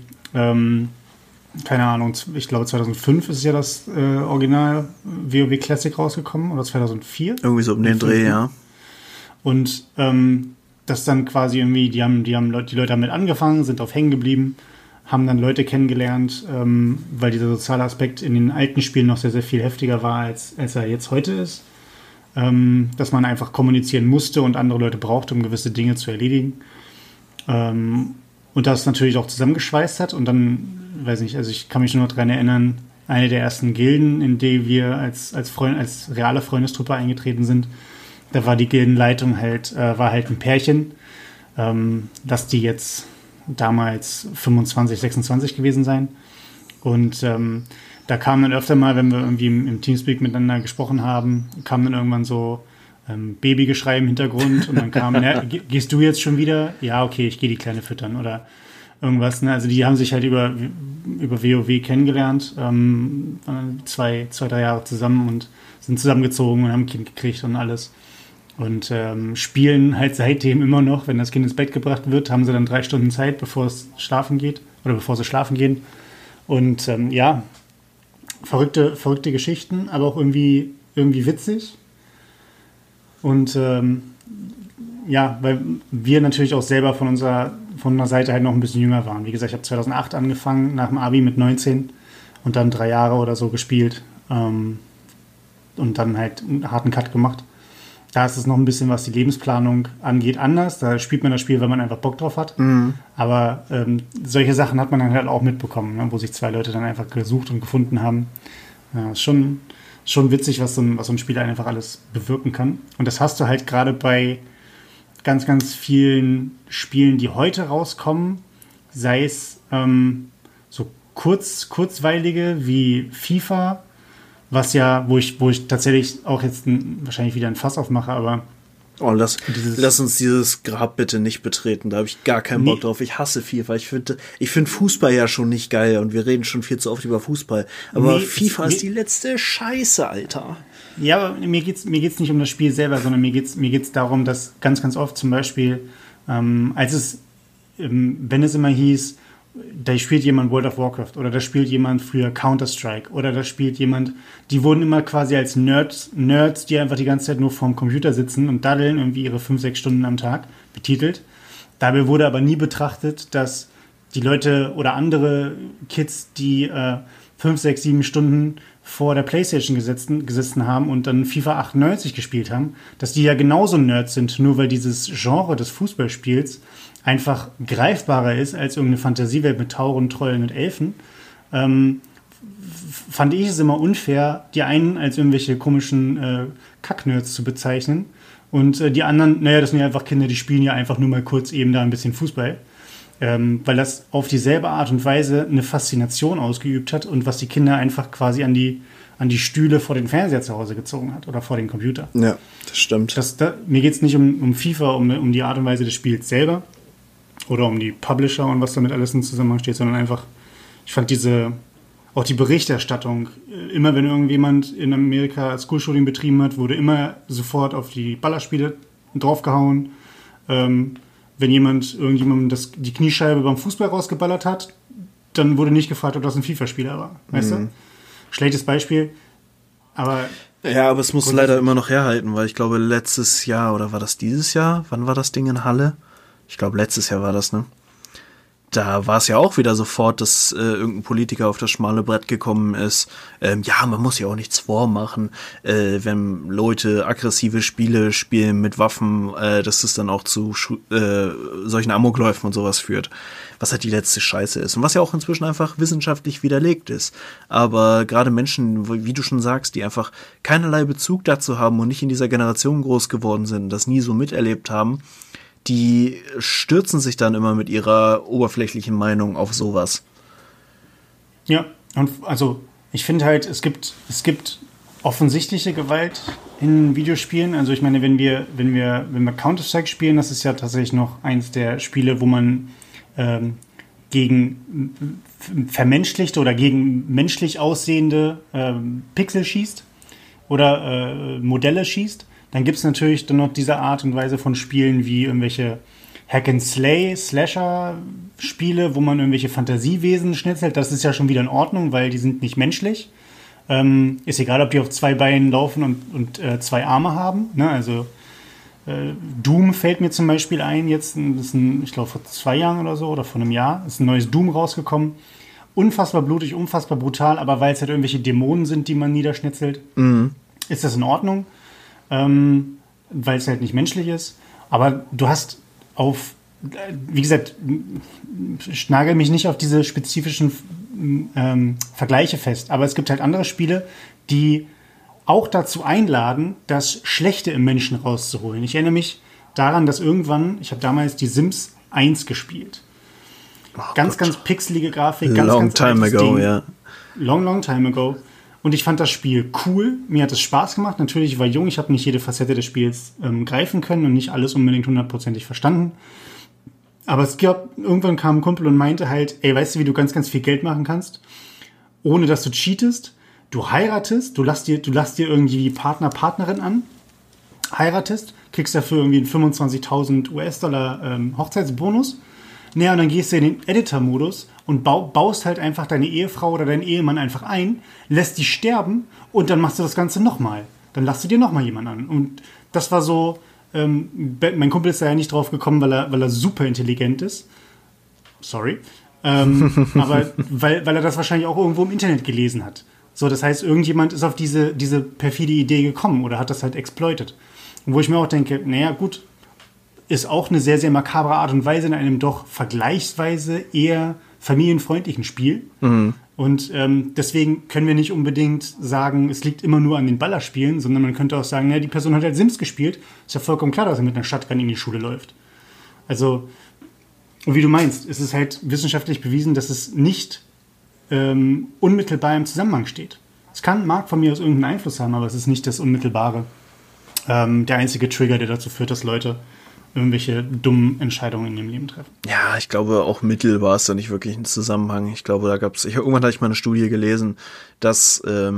S2: keine Ahnung, ich glaube 2005 ist ja das Original WoW Classic rausgekommen, oder 2004.
S1: Irgendwie so um den Dreh, ja.
S2: Und das dann quasi irgendwie, die Leute haben mit angefangen, sind auf hängen geblieben, haben dann Leute kennengelernt, weil dieser soziale Aspekt in den alten Spielen noch sehr, sehr viel heftiger war, als er jetzt heute ist. Dass man einfach kommunizieren musste und andere Leute brauchte, um gewisse Dinge zu erledigen. Und das natürlich auch zusammengeschweißt hat. Und dann, weiß nicht, also ich kann mich nur noch daran erinnern, eine der ersten Gilden, in die wir als reale Freundestruppe eingetreten sind, da war die Gildenleitung war halt ein Pärchen, dass die jetzt damals 25, 26 gewesen sein. Und da kam dann öfter mal, wenn wir irgendwie im Teamspeak miteinander gesprochen haben, kam dann irgendwann so Babygeschrei im Hintergrund und dann kam, gehst du jetzt schon wieder? Ja, okay, ich gehe die Kleine füttern oder irgendwas. Ne? Also die haben sich halt über WoW kennengelernt, waren 2-3 Jahre zusammen und sind zusammengezogen und haben ein Kind gekriegt und alles. Und spielen halt seitdem immer noch, wenn das Kind ins Bett gebracht wird, haben sie dann 3 Stunden Zeit, bevor es schlafen geht oder bevor sie schlafen gehen. Und ja, verrückte Geschichten, aber auch irgendwie witzig. Und ja, weil wir natürlich auch selber von unserer Seite halt noch ein bisschen jünger waren. Wie gesagt, ich habe 2008 angefangen, nach dem Abi mit 19 und dann 3 Jahre oder so gespielt und dann halt einen harten Cut gemacht. Da ist es noch ein bisschen, was die Lebensplanung angeht, anders. Da spielt man das Spiel, weil man einfach Bock drauf hat. Mhm. Aber solche Sachen hat man dann halt auch mitbekommen, ne? Wo sich 2 Leute dann einfach gesucht und gefunden haben. Ja, ist schon witzig, was so ein Spiel einfach alles bewirken kann. Und das hast du halt gerade bei ganz, ganz vielen Spielen, die heute rauskommen, sei es so kurzweilige wie FIFA, was ja, wo ich tatsächlich auch jetzt wahrscheinlich wieder ein Fass aufmache, aber
S1: lass uns dieses Grab bitte nicht betreten. Da habe ich gar keinen Bock drauf. Ich hasse FIFA. Ich finde Fußball ja schon nicht geil und wir reden schon viel zu oft über Fußball. Aber FIFA ist die letzte Scheiße, Alter.
S2: Ja, aber mir geht's nicht um das Spiel selber, sondern mir geht's darum, dass ganz, ganz oft zum Beispiel, wenn es immer hieß, da spielt jemand World of Warcraft oder da spielt jemand früher Counter-Strike oder da spielt jemand, die wurden immer quasi als Nerds, die einfach die ganze Zeit nur vorm Computer sitzen und daddeln irgendwie ihre 5-6 Stunden am Tag betitelt. Dabei wurde aber nie betrachtet, dass die Leute oder andere Kids, die 5, 6, 7 Stunden vor der Playstation gesessen haben und dann FIFA 98 gespielt haben, dass die ja genauso Nerds sind, nur weil dieses Genre des Fußballspiels einfach greifbarer ist als irgendeine Fantasiewelt mit Tauren, Trollen und Elfen, fand ich es immer unfair, die einen als irgendwelche komischen Kacknerds zu bezeichnen und die anderen, das sind ja einfach Kinder, die spielen ja einfach nur mal kurz eben da ein bisschen Fußball, weil das auf dieselbe Art und Weise eine Faszination ausgeübt hat und was die Kinder einfach quasi an die Stühle vor den Fernseher zu Hause gezogen hat oder vor den Computer.
S1: Ja, das stimmt.
S2: Mir geht es nicht um FIFA, um die Art und Weise des Spiels selber, oder um die Publisher und was damit alles in Zusammenhang steht, sondern einfach, ich fand auch die Berichterstattung, immer wenn irgendjemand in Amerika School-Shooting betrieben hat, wurde immer sofort auf die Ballerspiele draufgehauen. Wenn irgendjemandem die Kniescheibe beim Fußball rausgeballert hat, dann wurde nicht gefragt, ob das ein FIFA-Spieler war. Weißt du? Schlechtes Beispiel, aber...
S1: Ja, aber es muss leider immer noch herhalten, weil ich glaube, letztes Jahr, oder war das dieses Jahr? Wann war das Ding in Halle? Ich glaube, letztes Jahr war das, ne? da war es ja auch wieder sofort, dass irgendein Politiker auf das schmale Brett gekommen ist. Ja, man muss ja auch nichts vormachen, wenn Leute aggressive Spiele spielen mit Waffen, dass es dann auch zu solchen Amokläufen und sowas führt. Was halt die letzte Scheiße ist. Und was ja auch inzwischen einfach wissenschaftlich widerlegt ist. Aber gerade Menschen, wie du schon sagst, die einfach keinerlei Bezug dazu haben und nicht in dieser Generation groß geworden sind, das nie so miterlebt haben, die stürzen sich dann immer mit ihrer oberflächlichen Meinung auf sowas.
S2: Ja, und also ich finde halt, es gibt offensichtliche Gewalt in Videospielen. Also ich meine, wenn wir Counter-Strike spielen, das ist ja tatsächlich noch eins der Spiele, wo man gegen vermenschlichte oder gegen menschlich aussehende Pixel schießt oder Modelle schießt. Dann gibt es natürlich dann noch diese Art und Weise von Spielen wie irgendwelche Hack-and-Slay-Slasher-Spiele, wo man irgendwelche Fantasiewesen schnitzelt. Das ist ja schon wieder in Ordnung, weil die sind nicht menschlich. Ist egal, ob die auf 2 Beinen laufen und 2 Arme haben. Ne? Also Doom fällt mir zum Beispiel ein, jetzt, ich glaube vor 2 Jahren oder so, oder vor einem Jahr, ist ein neues Doom rausgekommen. Unfassbar blutig, unfassbar brutal, aber weil es halt irgendwelche Dämonen sind, die man niederschnitzelt, ist das in Ordnung, weil es halt nicht menschlich ist. Aber du hast wie gesagt, ich nagel mich nicht auf diese spezifischen Vergleiche fest, aber es gibt halt andere Spiele, die auch dazu einladen, das Schlechte im Menschen rauszuholen. Ich erinnere mich daran, dass irgendwann, ich habe damals die Sims 1 gespielt. Ganz pixelige Grafik,
S1: long time ago, ja.
S2: Long time ago. Und ich fand das Spiel cool. Mir hat es Spaß gemacht. Natürlich, ich war jung, ich habe nicht jede Facette des Spiels greifen können und nicht alles unbedingt 100%ig verstanden. Aber irgendwann kam ein Kumpel und meinte halt, ey, weißt du, wie du ganz viel Geld machen kannst, ohne dass du cheatest? Du heiratest, du lässt dir irgendwie Partner, Partnerin an, heiratest, kriegst dafür irgendwie einen 25.000 US-Dollar Hochzeitsbonus. Naja, und dann gehst du in den Editor-Modus und baust halt einfach deine Ehefrau oder deinen Ehemann einfach ein, lässt die sterben und dann machst du das Ganze nochmal. Dann lässt du dir nochmal jemanden an. Und das war so, mein Kumpel ist da ja nicht drauf gekommen, weil er super intelligent ist. Sorry. Aber weil er das wahrscheinlich auch irgendwo im Internet gelesen hat. So, das heißt, irgendjemand ist auf diese perfide Idee gekommen oder hat das halt exploitet. Und wo ich mir auch denke, naja, gut, ist auch eine sehr, sehr makabre Art und Weise in einem doch vergleichsweise eher familienfreundlichen Spiel. Mhm. Und deswegen können wir nicht unbedingt sagen, es liegt immer nur an den Ballerspielen, sondern man könnte auch sagen, naja, die Person hat halt Sims gespielt. Ist ja vollkommen klar, dass er mit einer Shotgun in die Schule läuft. Also, und wie du meinst, ist es halt wissenschaftlich bewiesen, dass es nicht unmittelbar im Zusammenhang steht. Es mag von mir aus irgendeinen Einfluss haben, aber es ist nicht das Unmittelbare. Der einzige Trigger, der dazu führt, dass Leute irgendwelche dummen Entscheidungen in ihrem Leben treffen.
S1: Ja, ich glaube, auch mittelbar ist da nicht wirklich ein Zusammenhang. Ich glaube, irgendwann hatte ich mal eine Studie gelesen, dass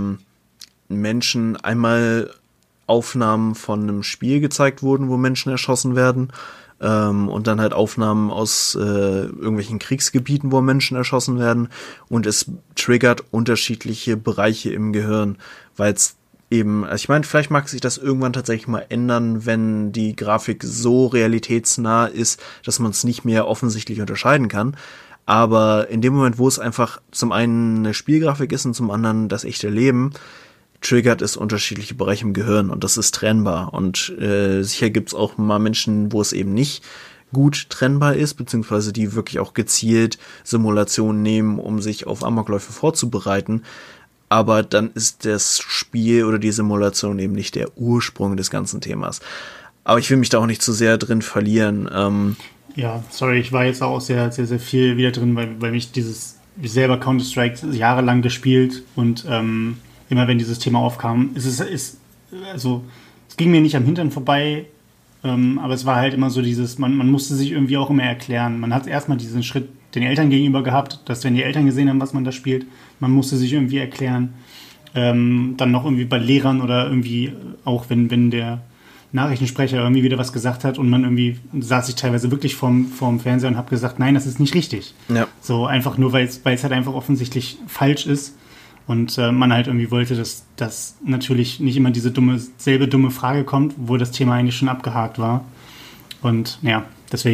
S1: Menschen einmal Aufnahmen von einem Spiel gezeigt wurden, wo Menschen erschossen werden, und dann halt Aufnahmen aus irgendwelchen Kriegsgebieten, wo Menschen erschossen werden, und es triggert unterschiedliche Bereiche im Gehirn, weil es eben, also ich meine, vielleicht mag sich das irgendwann tatsächlich mal ändern, wenn die Grafik so realitätsnah ist, dass man es nicht mehr offensichtlich unterscheiden kann. Aber in dem Moment, wo es einfach zum einen eine Spielgrafik ist und zum anderen das echte Leben, triggert es unterschiedliche Bereiche im Gehirn und das ist trennbar. Und sicher gibt es auch mal Menschen, wo es eben nicht gut trennbar ist, beziehungsweise die wirklich auch gezielt Simulationen nehmen, um sich auf Amokläufe vorzubereiten. Aber dann ist das Spiel oder die Simulation eben nicht der Ursprung des ganzen Themas. Aber ich will mich da auch nicht zu sehr drin verlieren.
S2: Ja, sorry, ich war jetzt auch sehr, sehr, sehr viel wieder drin, weil mich ich selber Counter-Strike jahrelang gespielt und immer wenn dieses Thema aufkam, es ging mir nicht am Hintern vorbei, aber es war halt immer so man musste sich irgendwie auch immer erklären. Man hat erstmal diesen Schritt den Eltern gegenüber gehabt, dass wenn die Eltern gesehen haben, was man da spielt, man musste sich irgendwie erklären. Dann noch irgendwie bei Lehrern oder irgendwie auch wenn der Nachrichtensprecher irgendwie wieder was gesagt hat und man irgendwie saß ich teilweise wirklich vorm Fernseher und habe gesagt, nein, das ist nicht richtig. Ja. So einfach nur, weil es halt einfach offensichtlich falsch ist. Und man halt irgendwie wollte, dass natürlich nicht immer diese selbe dumme Frage kommt, wo das Thema eigentlich schon abgehakt war. Und ja, deswegen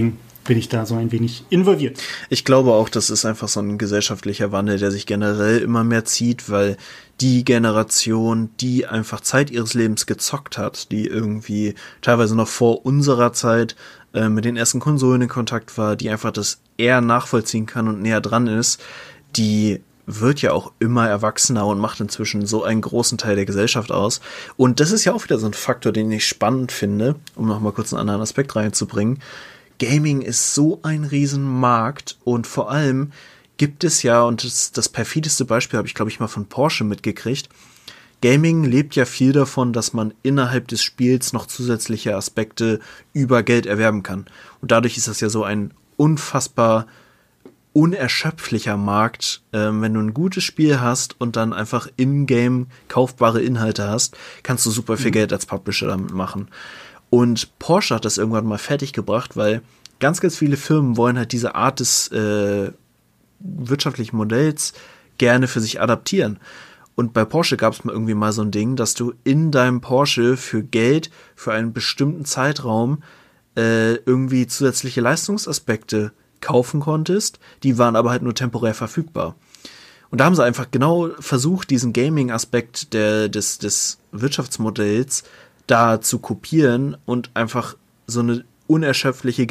S2: bin ich da so ein wenig involviert.
S1: Ich glaube auch, das ist einfach so ein gesellschaftlicher Wandel, der sich generell immer mehr zieht, weil die Generation, die einfach Zeit ihres Lebens gezockt hat, die irgendwie teilweise noch vor unserer Zeit mit den ersten Konsolen in Kontakt war, die einfach das eher nachvollziehen kann und näher dran ist, die wird ja auch immer erwachsener und macht inzwischen so einen großen Teil der Gesellschaft aus. Und das ist ja auch wieder so ein Faktor, den ich spannend finde, um nochmal kurz einen anderen Aspekt reinzubringen. Gaming ist so ein Riesenmarkt und vor allem gibt es ja, und das perfideste Beispiel habe ich, glaube ich, mal von Porsche mitgekriegt, Gaming lebt ja viel davon, dass man innerhalb des Spiels noch zusätzliche Aspekte über Geld erwerben kann. Und dadurch ist das ja so ein unfassbar unerschöpflicher Markt. Wenn du ein gutes Spiel hast und dann einfach in-game kaufbare Inhalte hast, kannst du super viel Geld als Publisher damit machen. Und Porsche hat das irgendwann mal fertiggebracht, weil ganz, ganz viele Firmen wollen halt diese Art des wirtschaftlichen Modells gerne für sich adaptieren. Und bei Porsche gab es mal irgendwie mal so ein Ding, dass du in deinem Porsche für Geld, für einen bestimmten Zeitraum irgendwie zusätzliche Leistungsaspekte kaufen konntest. Die waren aber halt nur temporär verfügbar. Und da haben sie einfach genau versucht, diesen Gaming-Aspekt des Wirtschaftsmodells da zu kopieren und einfach so eine unerschöpfliche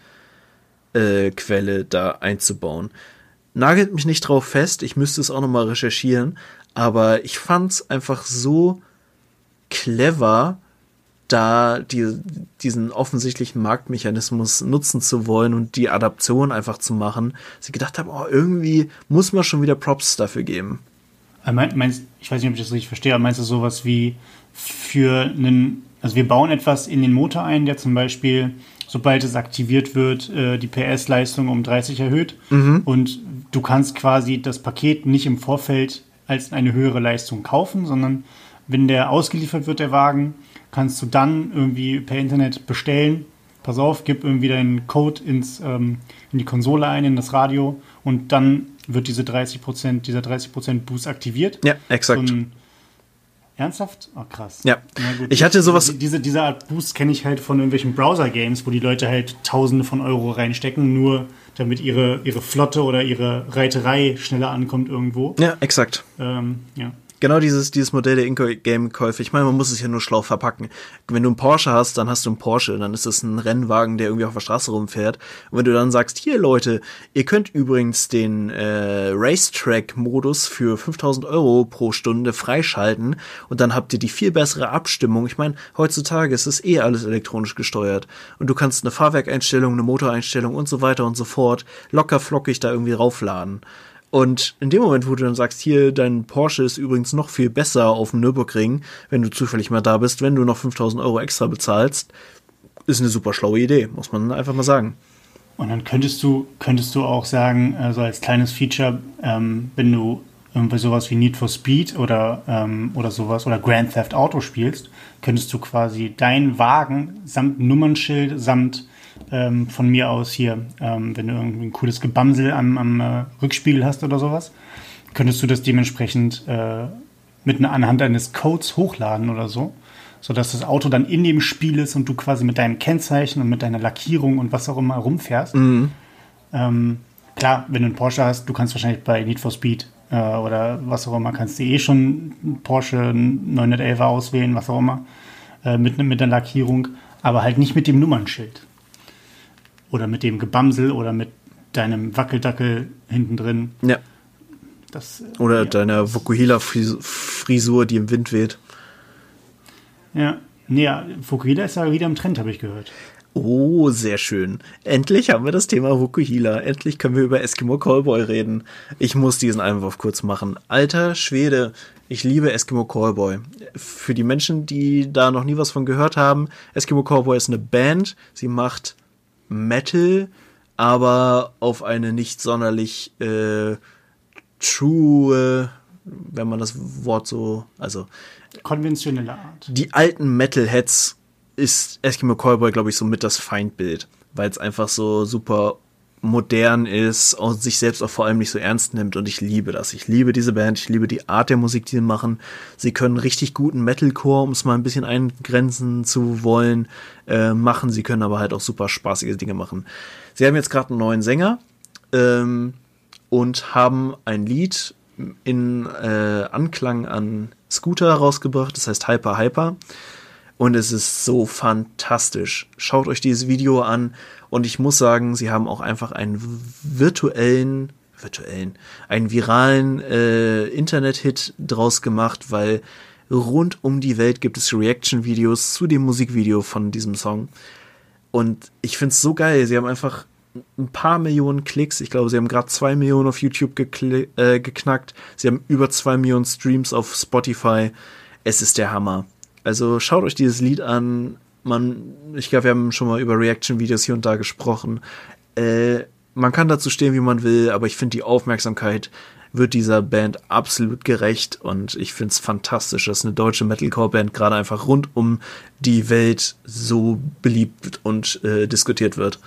S1: Geldquelle da einzubauen. Nagelt mich nicht drauf fest, ich müsste es auch nochmal recherchieren, aber ich fand's einfach so clever, da diesen offensichtlichen Marktmechanismus nutzen zu wollen und die Adaption einfach zu machen, dass ich gedacht habe, oh, irgendwie muss man schon wieder Props dafür geben.
S2: Ich weiß nicht, ob ich das richtig verstehe, aber meinst du sowas wie also wir bauen etwas in den Motor ein, der zum Beispiel, sobald es aktiviert wird, die PS-Leistung um 30 erhöht und du kannst quasi das Paket nicht im Vorfeld als eine höhere Leistung kaufen, sondern wenn der ausgeliefert wird, der Wagen, kannst du dann irgendwie per Internet bestellen. Pass auf, gib irgendwie deinen Code in die Konsole ein, in das Radio und dann wird dieser 30% Boost aktiviert.
S1: Ja, exakt.
S2: Ernsthaft? Oh, krass.
S1: Ja. Gut. Ich hatte sowas.
S2: Diese Art Boost kenne ich halt von irgendwelchen Browser-Games, wo die Leute halt Tausende von Euro reinstecken, nur damit ihre Flotte oder ihre Reiterei schneller ankommt irgendwo.
S1: Ja, exakt.
S2: Ja.
S1: Genau dieses Modell der In-Game-Käufe. Ich meine, man muss es ja nur schlau verpacken. Wenn du einen Porsche hast, dann hast du einen Porsche. Dann ist das ein Rennwagen, der irgendwie auf der Straße rumfährt. Und wenn du dann sagst, hier Leute, ihr könnt übrigens den Racetrack-Modus für 5.000 Euro pro Stunde freischalten und dann habt ihr die viel bessere Abstimmung. Ich meine, heutzutage ist es alles elektronisch gesteuert. Und du kannst eine Fahrwerkeinstellung, eine Motoreinstellung und so weiter und so fort locker flockig da irgendwie raufladen. Und in dem Moment, wo du dann sagst, hier, dein Porsche ist übrigens noch viel besser auf dem Nürburgring, wenn du zufällig mal da bist, wenn du noch 5.000 Euro extra bezahlst, ist eine super schlaue Idee, muss man einfach mal sagen.
S2: Und dann könntest du auch sagen, so als kleines Feature, wenn du irgendwie sowas wie Need for Speed oder sowas oder Grand Theft Auto spielst, könntest du quasi deinen Wagen samt Nummernschild, samt von mir aus hier, wenn du irgendwie ein cooles Gebamsel am Rückspiegel hast oder sowas, könntest du das dementsprechend anhand eines Codes hochladen oder so, sodass das Auto dann in dem Spiel ist und du quasi mit deinem Kennzeichen und mit deiner Lackierung und was auch immer rumfährst. Klar, wenn du einen Porsche hast, du kannst wahrscheinlich bei Need for Speed oder was auch immer, kannst du schon einen Porsche 911 auswählen, was auch immer, mit der Lackierung, aber halt nicht mit dem Nummernschild. Oder mit dem Gebamsel oder mit deinem Wackeldackel hinten drin.
S1: Ja. Oder deiner Vokuhila-Frisur, die im Wind weht.
S2: Ja. Nee, Vokuhila ist ja wieder im Trend, habe ich gehört.
S1: Oh, sehr schön. Endlich haben wir das Thema Vokuhila. Endlich können wir über Eskimo Callboy reden. Ich muss diesen Einwurf kurz machen. Alter Schwede, ich liebe Eskimo Callboy. Für die Menschen, die da noch nie was von gehört haben, Eskimo Callboy ist eine Band. Sie macht Metal, aber auf eine nicht sonderlich true, wenn man das Wort so, also
S2: konventionelle Art.
S1: Die alten Metalheads ist Eskimo Callboy, glaube ich, so mit das Feindbild, weil es einfach so super modern ist und sich selbst auch vor allem nicht so ernst nimmt, und ich liebe das. Ich liebe diese Band, ich liebe die Art der Musik, die sie machen. Sie können richtig guten Metalcore, um es mal ein bisschen eingrenzen zu wollen, machen. Sie können aber halt auch super spaßige Dinge machen. Sie haben jetzt gerade einen neuen Sänger und haben ein Lied in Anklang an Scooter rausgebracht, das heißt Hyper Hyper. Und es ist so fantastisch. Schaut euch dieses Video an. Und ich muss sagen, sie haben auch einfach einen viralen Internet-Hit draus gemacht, weil rund um die Welt gibt es Reaction-Videos zu dem Musikvideo von diesem Song. Und ich find's so geil. Sie haben einfach ein paar Millionen Klicks. Ich glaube, sie haben gerade 2 Millionen auf YouTube geknackt. Sie haben über 2 Millionen Streams auf Spotify. Es ist der Hammer. Also schaut euch dieses Lied an. Ich glaube, wir haben schon mal über Reaction-Videos hier und da gesprochen. Man kann dazu stehen, wie man will, aber ich finde, die Aufmerksamkeit wird dieser Band absolut gerecht, und ich finde es fantastisch, dass eine deutsche Metalcore-Band gerade einfach rund um die Welt so beliebt und diskutiert wird.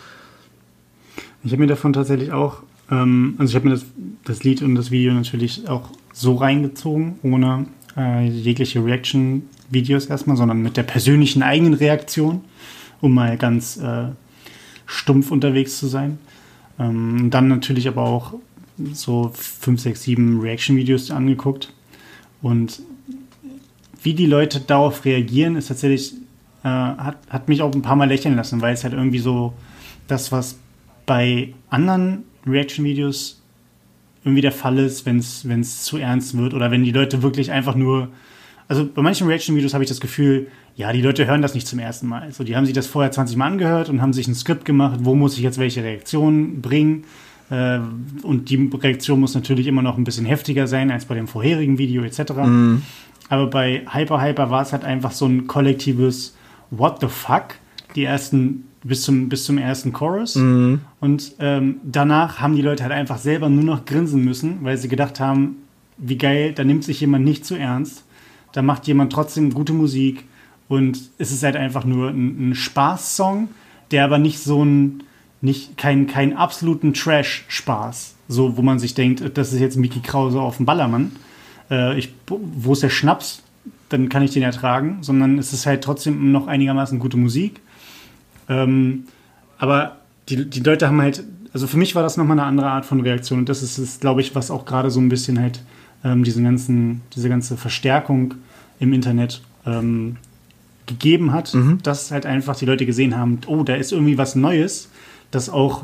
S2: Ich habe mir davon tatsächlich auch, also ich habe mir das Lied und das Video natürlich auch so reingezogen, ohne jegliche Reaction-Videos erstmal, sondern mit der persönlichen eigenen Reaktion, um mal ganz stumpf unterwegs zu sein. Dann natürlich aber auch so 5, 6, 7 Reaction-Videos angeguckt. Und wie die Leute darauf reagieren, ist tatsächlich, hat mich auch ein paar Mal lächeln lassen, weil es halt irgendwie so das, was bei anderen Reaction-Videos irgendwie der Fall ist, wenn es zu ernst wird oder wenn die Leute wirklich einfach nur, also bei manchen Reaction-Videos habe ich das Gefühl, ja, die Leute hören das nicht zum ersten Mal. Also die haben sich das vorher 20 Mal angehört und haben sich ein Skript gemacht, wo muss ich jetzt welche Reaktionen bringen, und die Reaktion muss natürlich immer noch ein bisschen heftiger sein als bei dem vorherigen Video etc. Mhm. Aber bei Hyper Hyper war es halt einfach so ein kollektives What the fuck, die ersten bis zum ersten Chorus. Mhm. Und danach haben die Leute halt einfach selber nur noch grinsen müssen, weil sie gedacht haben, wie geil, da nimmt sich jemand nicht zu ernst, da macht jemand trotzdem gute Musik, und es ist halt einfach nur ein Spaßsong, der aber nicht so keinen absoluten Trash-Spaß, so wo man sich denkt, das ist jetzt Mickey Krause auf dem Ballermann, wo ist der Schnaps, dann kann ich den ertragen, sondern es ist halt trotzdem noch einigermaßen gute Musik. Aber die Leute haben halt, also für mich war das nochmal eine andere Art von Reaktion, und das ist glaube ich, was auch gerade so ein bisschen halt diese ganze Verstärkung im Internet gegeben hat, dass halt einfach die Leute gesehen haben, oh, da ist irgendwie was Neues, dass auch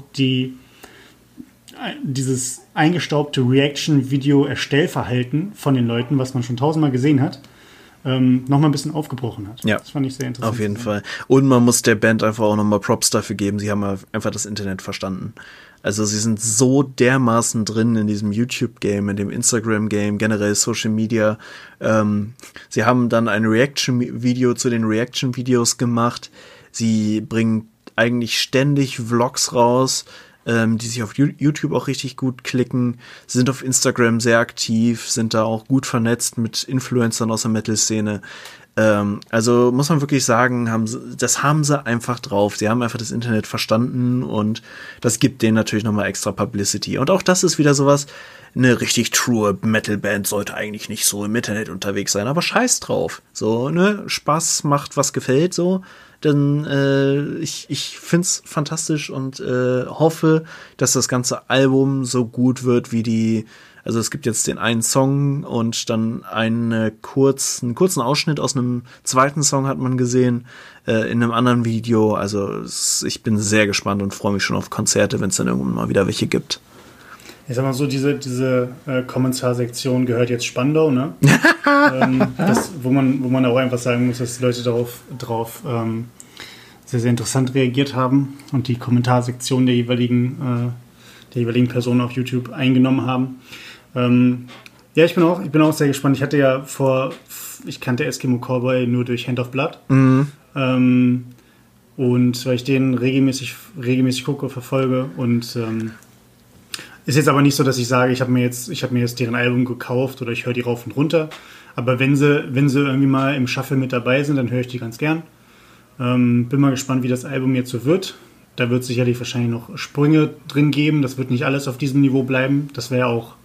S2: dieses eingestaubte Reaction-Video-Erstellverhalten von den Leuten, was man schon 1000-mal gesehen hat, nochmal ein bisschen aufgebrochen hat.
S1: Ja,
S2: das fand ich sehr interessant.
S1: Auf jeden Fall. Und man muss der Band einfach auch nochmal Props dafür geben, sie haben einfach das Internet verstanden. Also sie sind so dermaßen drin in diesem YouTube-Game, in dem Instagram-Game, generell Social Media. Sie haben dann ein Reaction-Video zu den Reaction-Videos gemacht. Sie bringen eigentlich ständig Vlogs raus, die sich auf YouTube auch richtig gut klicken, sind auf Instagram sehr aktiv, sind da auch gut vernetzt mit Influencern aus der Metal-Szene. Also muss man wirklich sagen, das haben sie einfach drauf. Sie haben einfach das Internet verstanden, und das gibt denen natürlich nochmal extra Publicity. Und auch das ist wieder sowas, eine richtig true Metal-Band sollte eigentlich nicht so im Internet unterwegs sein, aber scheiß drauf. So, ne, Spaß macht, was gefällt, so. Denn ich find's fantastisch und hoffe, dass das ganze Album so gut wird wie also es gibt jetzt den einen Song und dann einen kurzen Ausschnitt aus einem zweiten Song hat man gesehen, in einem anderen Video. Also ich bin sehr gespannt und freue mich schon auf Konzerte, wenn es dann irgendwann mal wieder welche gibt.
S2: Ich sag mal so, diese Kommentarsektion gehört jetzt Spandau, ne? Wo man auch einfach sagen muss, dass die Leute darauf sehr, sehr interessant reagiert haben und die Kommentarsektion der jeweiligen Personen auf YouTube eingenommen haben. Ja, ich bin auch sehr gespannt. Ich kannte Eskimo Callboy nur durch Hand of Blood. Mhm. Und weil ich den regelmäßig gucke, verfolge, und ist jetzt aber nicht so, dass ich sage, ich habe mir jetzt deren Album gekauft oder ich höre die rauf und runter. Aber wenn sie irgendwie mal im Shuffle mit dabei sind, dann höre ich die ganz gern. Bin mal gespannt, wie das Album jetzt so wird. Da wird sicherlich wahrscheinlich noch Sprünge drin geben. Das wird nicht alles auf diesem Niveau bleiben. Das wäre auch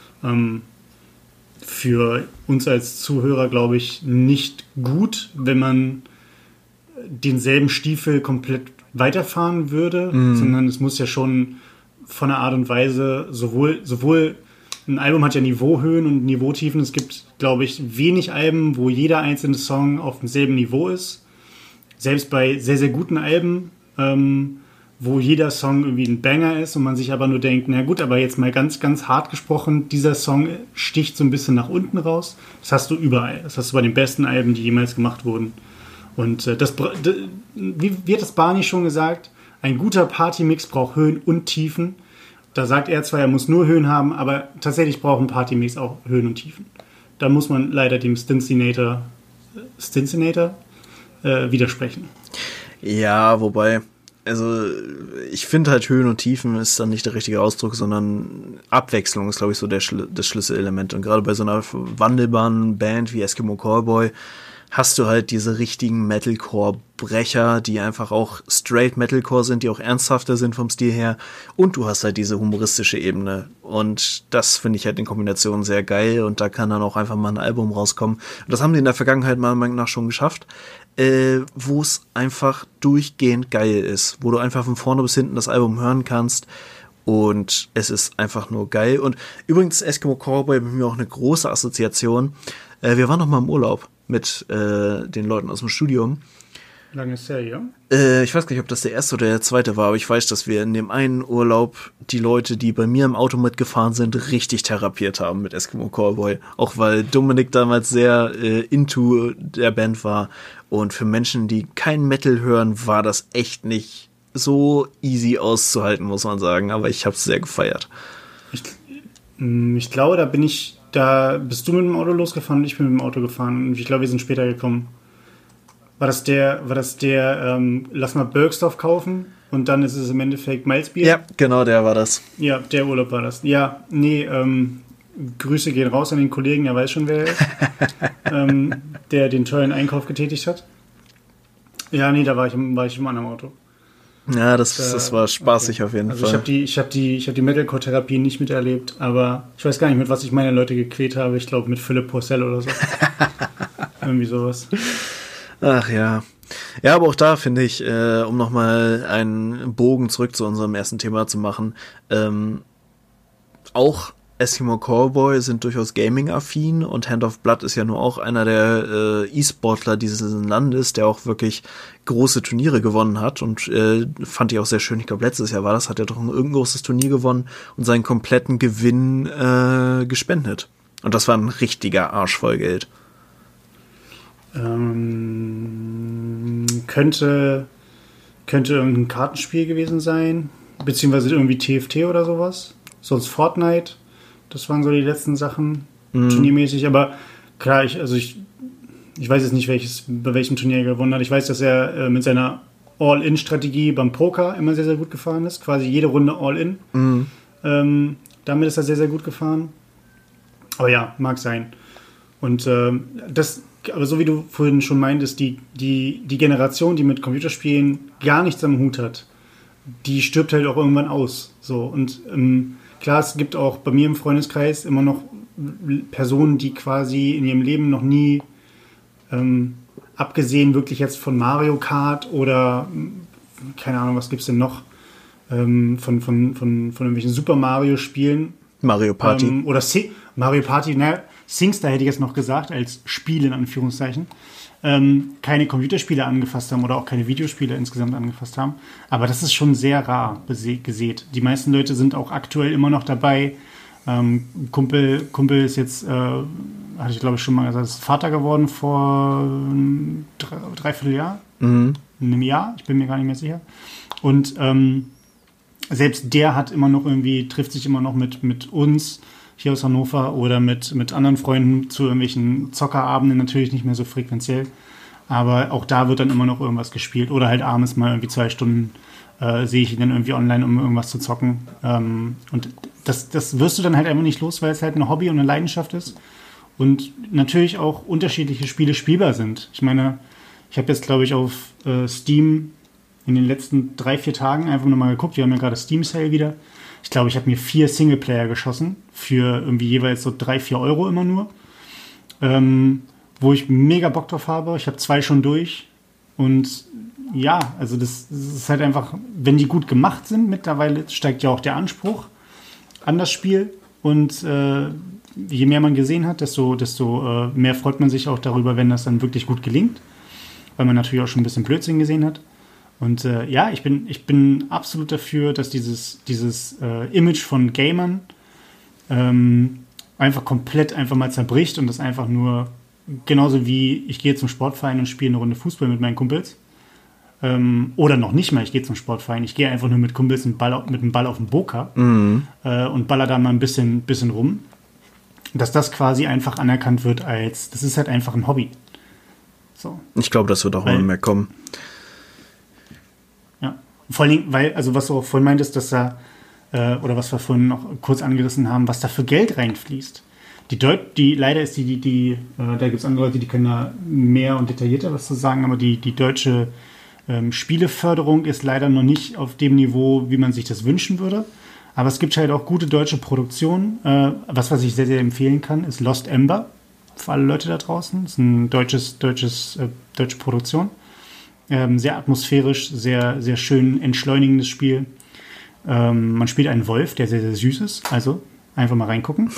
S2: für uns als Zuhörer, glaube ich, nicht gut, wenn man denselben Stiefel komplett weiterfahren würde, sondern es muss ja schon von der Art und Weise sowohl ein Album hat ja Niveauhöhen und Niveautiefen. Es gibt, glaube ich, wenig Alben, wo jeder einzelne Song auf demselben Niveau ist. Selbst bei sehr, sehr guten Alben, wo jeder Song irgendwie ein Banger ist und man sich aber nur denkt, na gut, aber jetzt mal ganz, ganz hart gesprochen, dieser Song sticht so ein bisschen nach unten raus. Das hast du überall. Das hast du bei den besten Alben, die jemals gemacht wurden. Und wie hat das Barney schon gesagt, ein guter Partymix braucht Höhen und Tiefen. Da sagt er zwar, er muss nur Höhen haben, aber tatsächlich braucht ein Partymix auch Höhen und Tiefen. Da muss man leider dem Stincinator widersprechen.
S1: Ja, wobei, also ich finde halt Höhen und Tiefen ist dann nicht der richtige Ausdruck, sondern Abwechslung ist, glaube ich, so das Schlüsselelement. Und gerade bei so einer wandelbaren Band wie Eskimo Callboy hast du halt diese richtigen Metalcore-Brecher, die einfach auch straight Metalcore sind, die auch ernsthafter sind vom Stil her. Und du hast halt diese humoristische Ebene. Und das finde ich halt in Kombination sehr geil. Und da kann dann auch einfach mal ein Album rauskommen. Und das haben die in der Vergangenheit meiner Meinung nach schon geschafft, wo es einfach durchgehend geil ist. Wo du einfach von vorne bis hinten das Album hören kannst. Und es ist einfach nur geil. Und übrigens, Eskimo Callboy bei mir auch eine große Assoziation. Wir waren noch mal im Urlaub mit den Leuten aus dem Studium.
S2: Lange ist her, ja?
S1: Ich weiß gar nicht, ob das der erste oder der zweite war, aber ich weiß, dass wir in dem einen Urlaub die Leute, die bei mir im Auto mitgefahren sind, richtig therapiert haben mit Eskimo Callboy. Auch weil Dominik damals sehr into der Band war. Und für Menschen, die kein Metal hören, war das echt nicht so easy auszuhalten, muss man sagen. Aber ich habe es sehr gefeiert.
S2: Ich glaube, da bist du mit dem Auto losgefahren und ich bin mit dem Auto gefahren. Und ich glaube, wir sind später gekommen. War das der lass mal Bergsdorf kaufen und dann ist es im Endeffekt Malzbier?
S1: Ja, genau, der war das.
S2: Ja, der Urlaub war das. Ja, nee, Grüße gehen raus an den Kollegen, er weiß schon, wer er ist, der den teuren Einkauf getätigt hat. Ja, nee, da war ich im anderen Auto.
S1: Ja, das war spaßig, okay. Auf jeden Fall.
S2: Ich hab die Metalcore-Therapie nicht miterlebt, aber ich weiß gar nicht, mit was ich meine Leute gequält habe. Ich glaube, mit Philipp Porcel oder so. Irgendwie sowas.
S1: Ach ja. Ja, aber auch da finde ich, um nochmal einen Bogen zurück zu unserem ersten Thema zu machen, auch Eskimo Callboy sind durchaus Gaming-affin und Hand of Blood ist ja nur auch einer der E-Sportler dieses Landes, der auch wirklich große Turniere gewonnen hat und fand ich auch sehr schön. Ich glaube, letztes Jahr hat er doch irgendein großes Turnier gewonnen und seinen kompletten Gewinn gespendet. Und das war ein richtiger Arsch voll Geld.
S2: Könnte irgendein Kartenspiel gewesen sein, beziehungsweise irgendwie TFT oder sowas. Sonst Fortnite. Das waren so die letzten Sachen, turniermäßig. Aber klar, ich weiß jetzt nicht, bei welchem Turnier er gewonnen hat. Ich weiß, dass er mit seiner All-In-Strategie beim Poker immer sehr, sehr gut gefahren ist. Quasi jede Runde All-In. Damit ist er sehr, sehr gut gefahren. Aber ja, mag sein. Und aber so wie du vorhin schon meintest, die Generation, die mit Computerspielen gar nichts am Hut hat, die stirbt halt auch irgendwann aus. So. Und klar, es gibt auch bei mir im Freundeskreis immer noch Personen, die quasi in ihrem Leben noch nie, abgesehen wirklich jetzt von Mario Kart oder, keine Ahnung, was gibt's denn noch, von irgendwelchen Super Mario Spielen.
S1: Mario Party.
S2: Oder Mario Party, SingStar hätte ich jetzt noch gesagt, als Spiel in Anführungszeichen. Keine Computerspiele angefasst haben oder auch keine Videospiele insgesamt angefasst haben. Aber das ist schon sehr rar gesät. Die meisten Leute sind auch aktuell immer noch dabei. Kumpel ist jetzt, hatte ich glaube ich schon mal gesagt, ist Vater geworden vor dreiviertel Jahr. In einem Jahr, ich bin mir gar nicht mehr sicher. Und selbst der hat immer noch trifft sich immer noch mit uns hier aus Hannover oder mit anderen Freunden zu irgendwelchen Zockerabenden, natürlich nicht mehr so frequenziell, aber auch da wird dann immer noch irgendwas gespielt oder halt abends mal 2 Stunden sehe ich ihn dann irgendwie online, um irgendwas zu zocken, und das wirst du dann halt einfach nicht los, weil es halt ein Hobby und eine Leidenschaft ist und natürlich auch unterschiedliche Spiele spielbar sind. Ich meine, ich habe jetzt glaube ich auf Steam in den letzten 3-4 Tagen einfach nochmal geguckt. Wir haben ja gerade Steam Sale wieder. Ich glaube, ich habe mir 4 Singleplayer geschossen für irgendwie jeweils so 3-4 Euro immer nur. Wo ich mega Bock drauf habe. Ich habe 2 schon durch. Und ja, also das ist halt einfach, wenn die gut gemacht sind, mittlerweile steigt ja auch der Anspruch an das Spiel. Und je mehr man gesehen hat, desto mehr freut man sich auch darüber, wenn das dann wirklich gut gelingt. Weil man natürlich auch schon ein bisschen Blödsinn gesehen hat. Und ja, ich bin absolut dafür, dass dieses Image von Gamern einfach komplett einfach mal zerbricht und das einfach nur, genauso wie ich gehe zum Sportverein und spiele eine Runde Fußball mit meinen Kumpels. Oder noch nicht mal, ich gehe zum Sportverein, ich gehe einfach nur mit Kumpels mit dem Ball auf den Boka und baller da mal ein bisschen rum. Dass das quasi einfach anerkannt wird als, das ist halt einfach ein Hobby. So.
S1: Ich glaube, das wird auch immer mehr kommen.
S2: Ja, vor allen Dingen, weil, also was du auch vorhin meintest, dass da, oder was wir vorhin noch kurz angerissen haben, was da für Geld reinfließt. Leider ist da gibt es andere Leute, die können da mehr und detaillierter was zu sagen, aber die deutsche Spieleförderung ist leider noch nicht auf dem Niveau, wie man sich das wünschen würde. Aber es gibt halt auch gute deutsche Produktionen. Was ich sehr, sehr empfehlen kann, ist Lost Ember. Für alle Leute da draußen. Das ist eine deutsche Produktion. Sehr atmosphärisch, sehr, sehr schön entschleunigendes Spiel. Man spielt einen Wolf, der sehr, sehr süß ist. Also einfach mal reingucken.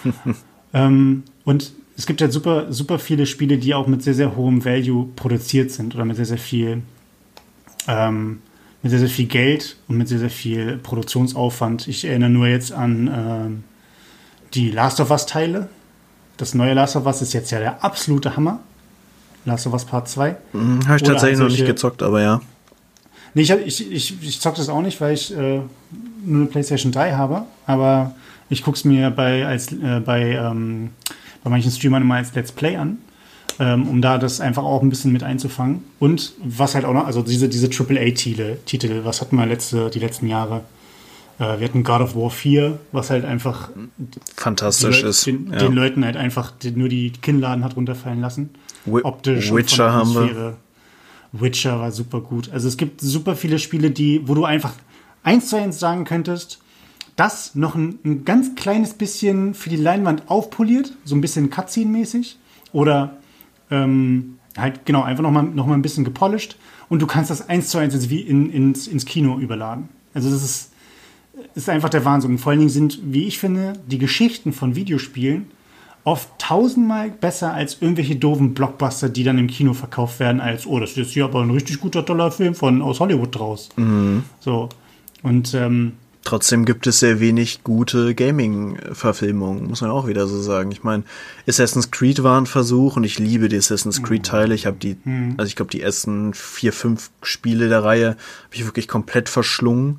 S2: Und es gibt halt super, super viele Spiele, die auch mit sehr, sehr hohem Value produziert sind oder mit sehr, sehr viel Geld und mit sehr, sehr viel Produktionsaufwand. Ich erinnere nur jetzt an die Last of Us Teile. Das neue Last of Us ist jetzt ja der absolute Hammer. Last of Us Part 2.
S1: Habe ich tatsächlich noch nicht gezockt, aber ja.
S2: Nee, ich zocke das auch nicht, weil ich nur eine PlayStation 3 habe. Aber ich gucke es mir bei manchen Streamern immer als Let's Play an. Um da das einfach auch ein bisschen mit einzufangen. Und was halt auch noch, also diese AAA-Titel, was hatten wir die letzten Jahre? Wir hatten God of War 4, was halt einfach
S1: fantastisch ist.
S2: Den Leuten halt einfach nur die Kinnladen hat runterfallen lassen. Optisch
S1: Witcher haben wir.
S2: Witcher war super gut. Also es gibt super viele Spiele, wo du einfach 1:1 sagen könntest, das noch ein ganz kleines bisschen für die Leinwand aufpoliert, so ein bisschen Cutscene-mäßig. Oder halt genau, einfach noch mal ein bisschen gepolished und du kannst das 1:1 jetzt wie ins Kino überladen. Also das ist einfach der Wahnsinn. Und vor allen Dingen sind, wie ich finde, die Geschichten von Videospielen oft 1000-mal besser als irgendwelche doofen Blockbuster, die dann im Kino verkauft werden als, das ist jetzt hier aber ein richtig guter, toller Film aus Hollywood draus. So. Und
S1: trotzdem gibt es sehr wenig gute Gaming-Verfilmungen, muss man auch wieder so sagen. Ich meine, Assassin's Creed war ein Versuch und ich liebe die Assassin's Creed-Teile. Ich habe ich glaube, die ersten 4, 5 Spiele der Reihe habe ich wirklich komplett verschlungen.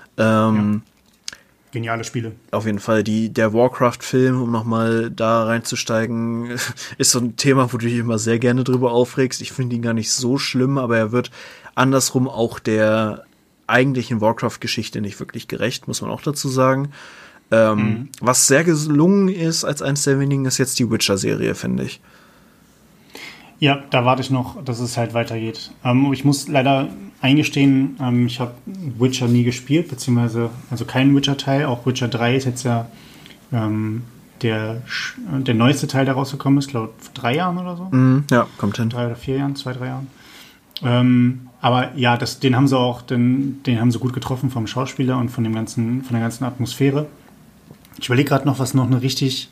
S2: Geniale Spiele.
S1: Auf jeden Fall. Der Warcraft-Film, um nochmal da reinzusteigen, ist so ein Thema, wo du dich immer sehr gerne drüber aufregst. Ich finde ihn gar nicht so schlimm, aber er wird andersrum auch der eigentlichen Warcraft-Geschichte nicht wirklich gerecht, muss man auch dazu sagen. Was sehr gelungen ist, als eines der wenigen, ist jetzt die Witcher-Serie, finde ich.
S2: Ja, da warte ich noch, dass es halt weitergeht. Ich muss leider eingestehen, ich habe Witcher nie gespielt, beziehungsweise also keinen Witcher-Teil. Auch Witcher 3 ist jetzt ja der neueste Teil, der rausgekommen ist, glaube ich, vor 3 Jahren oder so.
S1: Ja, kommt hin.
S2: 3 oder 4 Jahren, 2, 3 Jahren. Aber ja, den haben sie gut getroffen vom Schauspieler und von der ganzen Atmosphäre. Ich überlege gerade noch, was noch eine richtig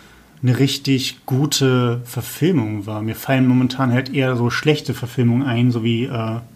S2: gute Verfilmung war. Mir fallen momentan halt eher so schlechte Verfilmungen ein, so wie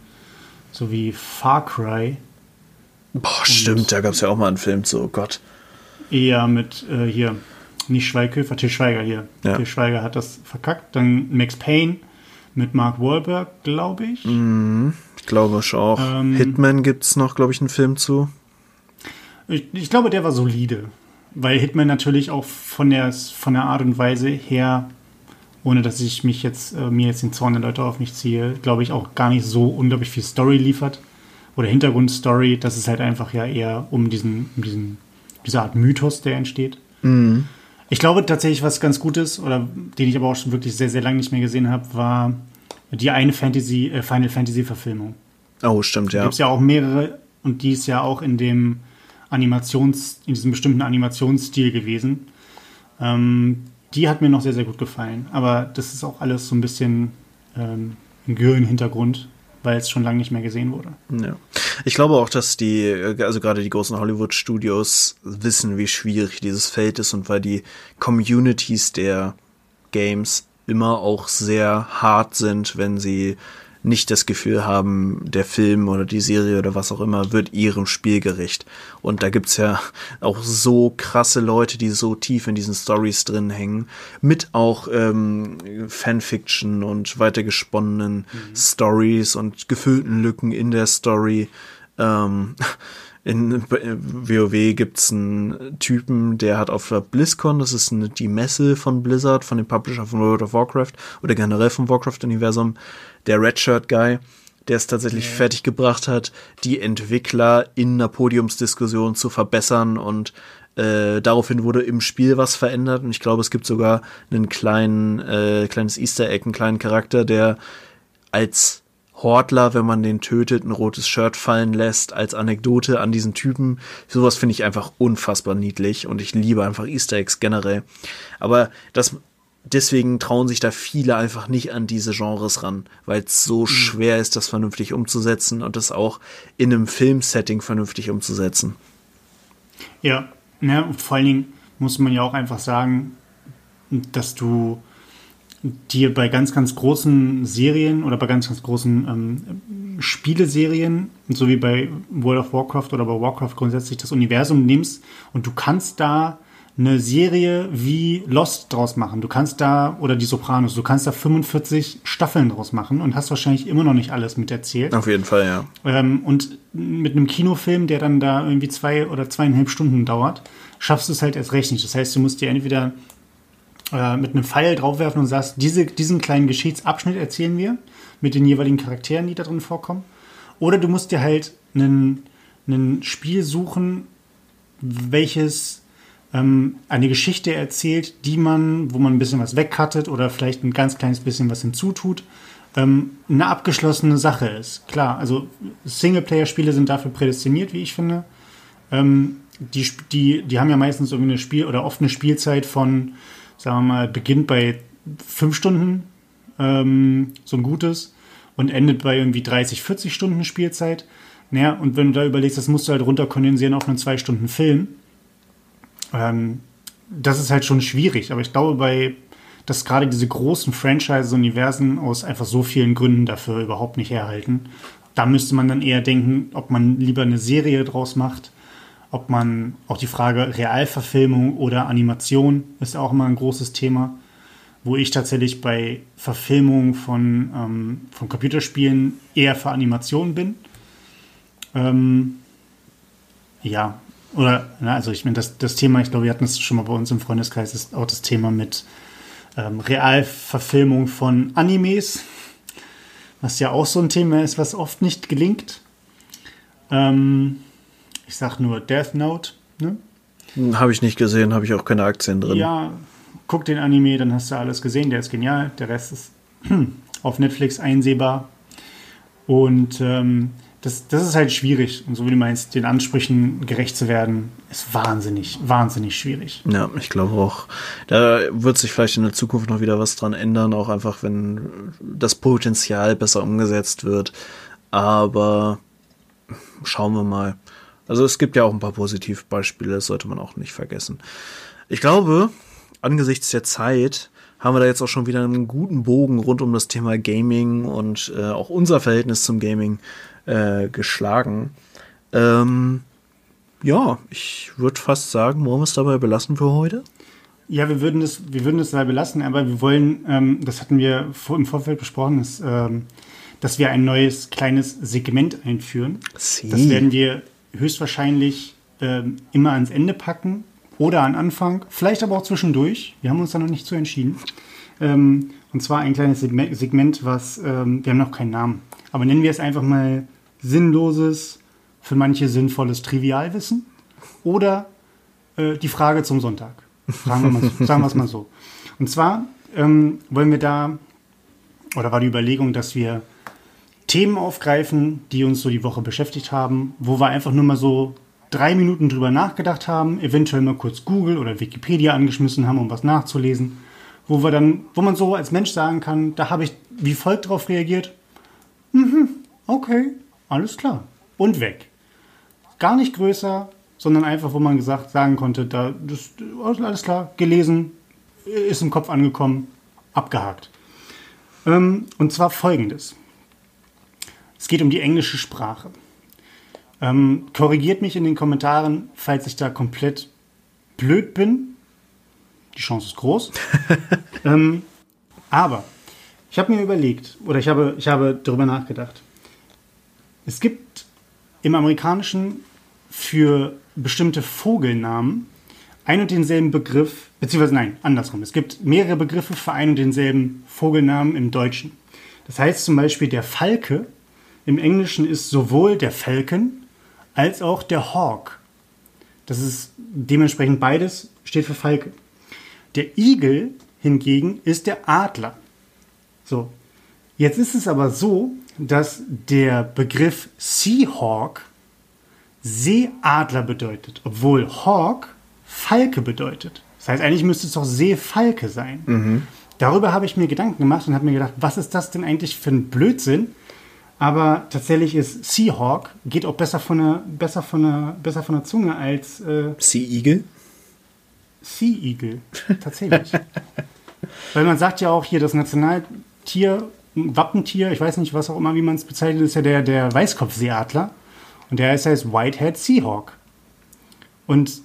S2: Far Cry.
S1: Boah, stimmt, da gab es ja auch mal einen Film zu, oh Gott.
S2: Eher mit hier, nicht Schweighöfer, Til Schweiger hier. Ja. Til Schweiger hat das verkackt. Dann Max Payne mit Mark Wahlberg, glaube ich.
S1: Ich glaube es auch. Hitman gibt es noch, glaube ich, einen Film zu.
S2: Ich glaube, der war solide. Weil Hitman natürlich auch von der Art und Weise her, ohne dass ich mir jetzt den Zorn der Leute auf mich ziehe, glaube ich, auch gar nicht so unglaublich viel Story liefert. Oder Hintergrundstory, das ist halt einfach ja eher um diese Art Mythos, der entsteht. Ich glaube tatsächlich, was ganz gut ist, oder den ich aber auch schon wirklich sehr, sehr lange nicht mehr gesehen habe, war die eine Final Fantasy Verfilmung.
S1: Oh, stimmt, ja.
S2: Da gibt es ja auch mehrere und die ist ja auch in diesem bestimmten Animationsstil gewesen. Die hat mir noch sehr, sehr gut gefallen. Aber das ist auch alles so ein bisschen im Gehirnhintergrund, weil es schon lange nicht mehr gesehen wurde.
S1: Ja. Ich glaube auch, dass gerade die großen Hollywood-Studios wissen, wie schwierig dieses Feld ist und weil die Communities der Games immer auch sehr hart sind, wenn sie nicht das Gefühl haben, der Film oder die Serie oder was auch immer wird ihrem Spiel gerecht. Und da gibt's ja auch so krasse Leute, die so tief in diesen Stories drin hängen, mit auch Fanfiction und weitergesponnenen Stories und gefüllten Lücken in der Story. In WoW gibt's einen Typen, der hat auf der BlizzCon, das ist die Messe von Blizzard, von dem Publisher von World of Warcraft oder generell vom Warcraft-Universum, der Redshirt-Guy, der es tatsächlich fertig gebracht hat, die Entwickler in einer Podiumsdiskussion zu verbessern und daraufhin wurde im Spiel was verändert und ich glaube, es gibt sogar einen kleines Easter Egg, einen kleinen Charakter, der als Hortler, wenn man den tötet, ein rotes Shirt fallen lässt, als Anekdote an diesen Typen. Sowas finde ich einfach unfassbar niedlich und ich liebe einfach Easter Eggs generell. Aber deswegen trauen sich da viele einfach nicht an diese Genres ran, weil es so schwer ist, das vernünftig umzusetzen und das auch in einem Filmsetting vernünftig umzusetzen.
S2: Ja, und vor allen Dingen muss man ja auch einfach sagen, dass du dir bei ganz, ganz großen Serien oder bei ganz, ganz großen Spieleserien, so wie bei World of Warcraft oder bei Warcraft grundsätzlich das Universum nimmst und du kannst da eine Serie wie Lost draus machen. Du kannst da, oder die Sopranos, du kannst da 45 Staffeln draus machen und hast wahrscheinlich immer noch nicht alles miterzählt.
S1: Auf jeden Fall, ja.
S2: Und mit einem Kinofilm, der dann da irgendwie 2 oder 2,5 Stunden dauert, schaffst du es halt erst recht nicht. Das heißt, du musst dir entweder mit einem Pfeil draufwerfen und sagst, diesen kleinen Geschichtsabschnitt erzählen wir mit den jeweiligen Charakteren, die da drin vorkommen. Oder du musst dir halt ein Spiel suchen, welches eine Geschichte erzählt, wo man ein bisschen was wegcuttet oder vielleicht ein ganz kleines bisschen was hinzutut, eine abgeschlossene Sache ist. Klar, also Singleplayer-Spiele sind dafür prädestiniert, wie ich finde. Die haben ja meistens irgendwie oft eine Spielzeit von, sagen wir mal, beginnt bei 5 Stunden, so ein gutes, und endet bei irgendwie 30, 40 Stunden Spielzeit. Naja, und wenn du da überlegst, das musst du halt runterkondensieren auf einen 2 Stunden Film. Das ist halt schon schwierig, aber ich glaube, dass gerade diese großen Franchise-Universen aus einfach so vielen Gründen dafür überhaupt nicht herhalten. Da müsste man dann eher denken, ob man lieber eine Serie draus macht, ob man auch die Frage Realverfilmung oder Animation ist auch immer ein großes Thema, wo ich tatsächlich bei Verfilmung von Computerspielen eher für Animation bin. Also ich meine, das Thema, ich glaube, wir hatten es schon mal bei uns im Freundeskreis, ist auch das Thema mit Realverfilmung von Animes, was ja auch so ein Thema ist, was oft nicht gelingt. Ich sag nur Death Note, ne?
S1: Habe ich nicht gesehen, habe ich auch keine Aktien drin.
S2: Ja, guck den Anime, dann hast du alles gesehen, der ist genial, der Rest ist auf Netflix einsehbar. Und das ist halt schwierig. Und so wie du meinst, den Ansprüchen gerecht zu werden, ist wahnsinnig, wahnsinnig schwierig.
S1: Ja, ich glaube auch. Da wird sich vielleicht in der Zukunft noch wieder was dran ändern, auch einfach, wenn das Potenzial besser umgesetzt wird. Aber schauen wir mal. Also es gibt ja auch ein paar Positivbeispiele, das sollte man auch nicht vergessen. Ich glaube, angesichts der Zeit haben wir da jetzt auch schon wieder einen guten Bogen rund um das Thema Gaming und auch unser Verhältnis zum Gaming geschlagen. Ja, ich würde fast sagen, wollen wir es dabei belassen für heute?
S2: Ja, wir würden es dabei belassen, aber wir wollen, das hatten wir im Vorfeld besprochen, dass wir ein neues kleines Segment einführen. Das werden wir höchstwahrscheinlich immer ans Ende packen oder an Anfang, vielleicht aber auch zwischendurch. Wir haben uns da noch nicht zu entschieden. Und zwar ein kleines Segment, wir haben noch keinen Namen, aber nennen wir es einfach mal sinnloses, für manche sinnvolles Trivialwissen oder die Frage zum Sonntag. Sagen wir es mal so. Und zwar wollen wir war die Überlegung, dass wir Themen aufgreifen, die uns so die Woche beschäftigt haben, wo wir einfach nur mal so 3 Minuten drüber nachgedacht haben, eventuell mal kurz Google oder Wikipedia angeschmissen haben, um was nachzulesen, wo man so als Mensch sagen kann, da habe ich wie folgt drauf reagiert. Okay, alles klar. Und weg. Gar nicht größer, sondern einfach, wo man sagen konnte, alles klar, gelesen, ist im Kopf angekommen, abgehakt. Und zwar Folgendes. Es geht um die englische Sprache. Korrigiert mich in den Kommentaren, falls ich da komplett blöd bin. Die Chance ist groß. Aber ich habe mir überlegt, oder ich habe darüber nachgedacht. Es gibt im Amerikanischen für bestimmte Vogelnamen ein und denselben Begriff, beziehungsweise nein, andersrum. Es gibt mehrere Begriffe für ein und denselben Vogelnamen im Deutschen. Das heißt zum Beispiel der Falke im Englischen ist sowohl der Falcon als auch der Hawk. Das ist dementsprechend beides steht für Falke. Der Igel hingegen ist der Adler. So. Jetzt ist es aber so, dass der Begriff Seahawk Seeadler bedeutet, obwohl Hawk Falke bedeutet. Das heißt, eigentlich müsste es doch Seefalke sein. Mhm. Darüber habe ich mir Gedanken gemacht und habe mir gedacht, was ist das denn eigentlich für ein Blödsinn? Aber tatsächlich ist Seahawk, geht auch besser von der Zunge als
S1: Sea-Eagle?
S2: Sea-Eagle, tatsächlich. Weil man sagt ja auch hier, das Nationaltier, Wappentier, ich weiß nicht, was auch immer, wie man es bezeichnet, ist ja der Weißkopfseeadler. Und der heißt White-Head Seahawk. Und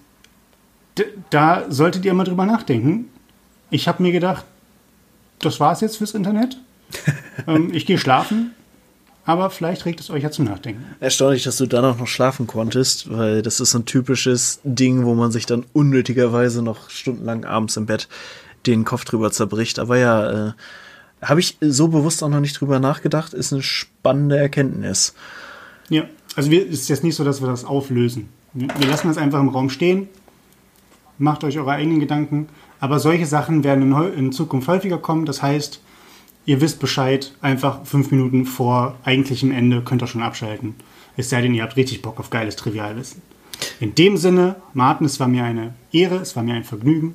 S2: da solltet ihr mal drüber nachdenken. Ich habe mir gedacht, das war's jetzt fürs Internet. Ich gehe schlafen. Aber vielleicht regt es euch ja zum Nachdenken.
S1: Erstaunlich, dass du danach noch schlafen konntest, weil das ist so ein typisches Ding, wo man sich dann unnötigerweise noch stundenlang abends im Bett den Kopf drüber zerbricht. Aber ja, habe ich so bewusst auch noch nicht drüber nachgedacht, ist eine spannende Erkenntnis.
S2: Ja, also es ist jetzt nicht so, dass wir das auflösen. Wir lassen das einfach im Raum stehen. Macht euch eure eigenen Gedanken. Aber solche Sachen werden in Zukunft häufiger kommen. Das heißt, ihr wisst Bescheid, einfach 5 Minuten vor eigentlichem Ende könnt ihr schon abschalten. Es sei denn, ihr habt richtig Bock auf geiles Trivialwissen. In dem Sinne, Martin, es war mir eine Ehre, es war mir ein Vergnügen.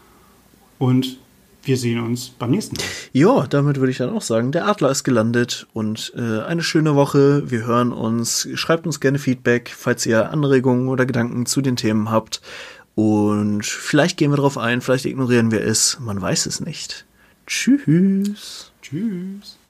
S2: Und wir sehen uns beim nächsten Mal.
S1: Ja, damit würde ich dann auch sagen, der Adler ist gelandet und eine schöne Woche. Wir hören uns. Schreibt uns gerne Feedback, falls ihr Anregungen oder Gedanken zu den Themen habt. Und vielleicht gehen wir drauf ein, vielleicht ignorieren wir es. Man weiß es nicht. Tschüss.
S2: Tschüss.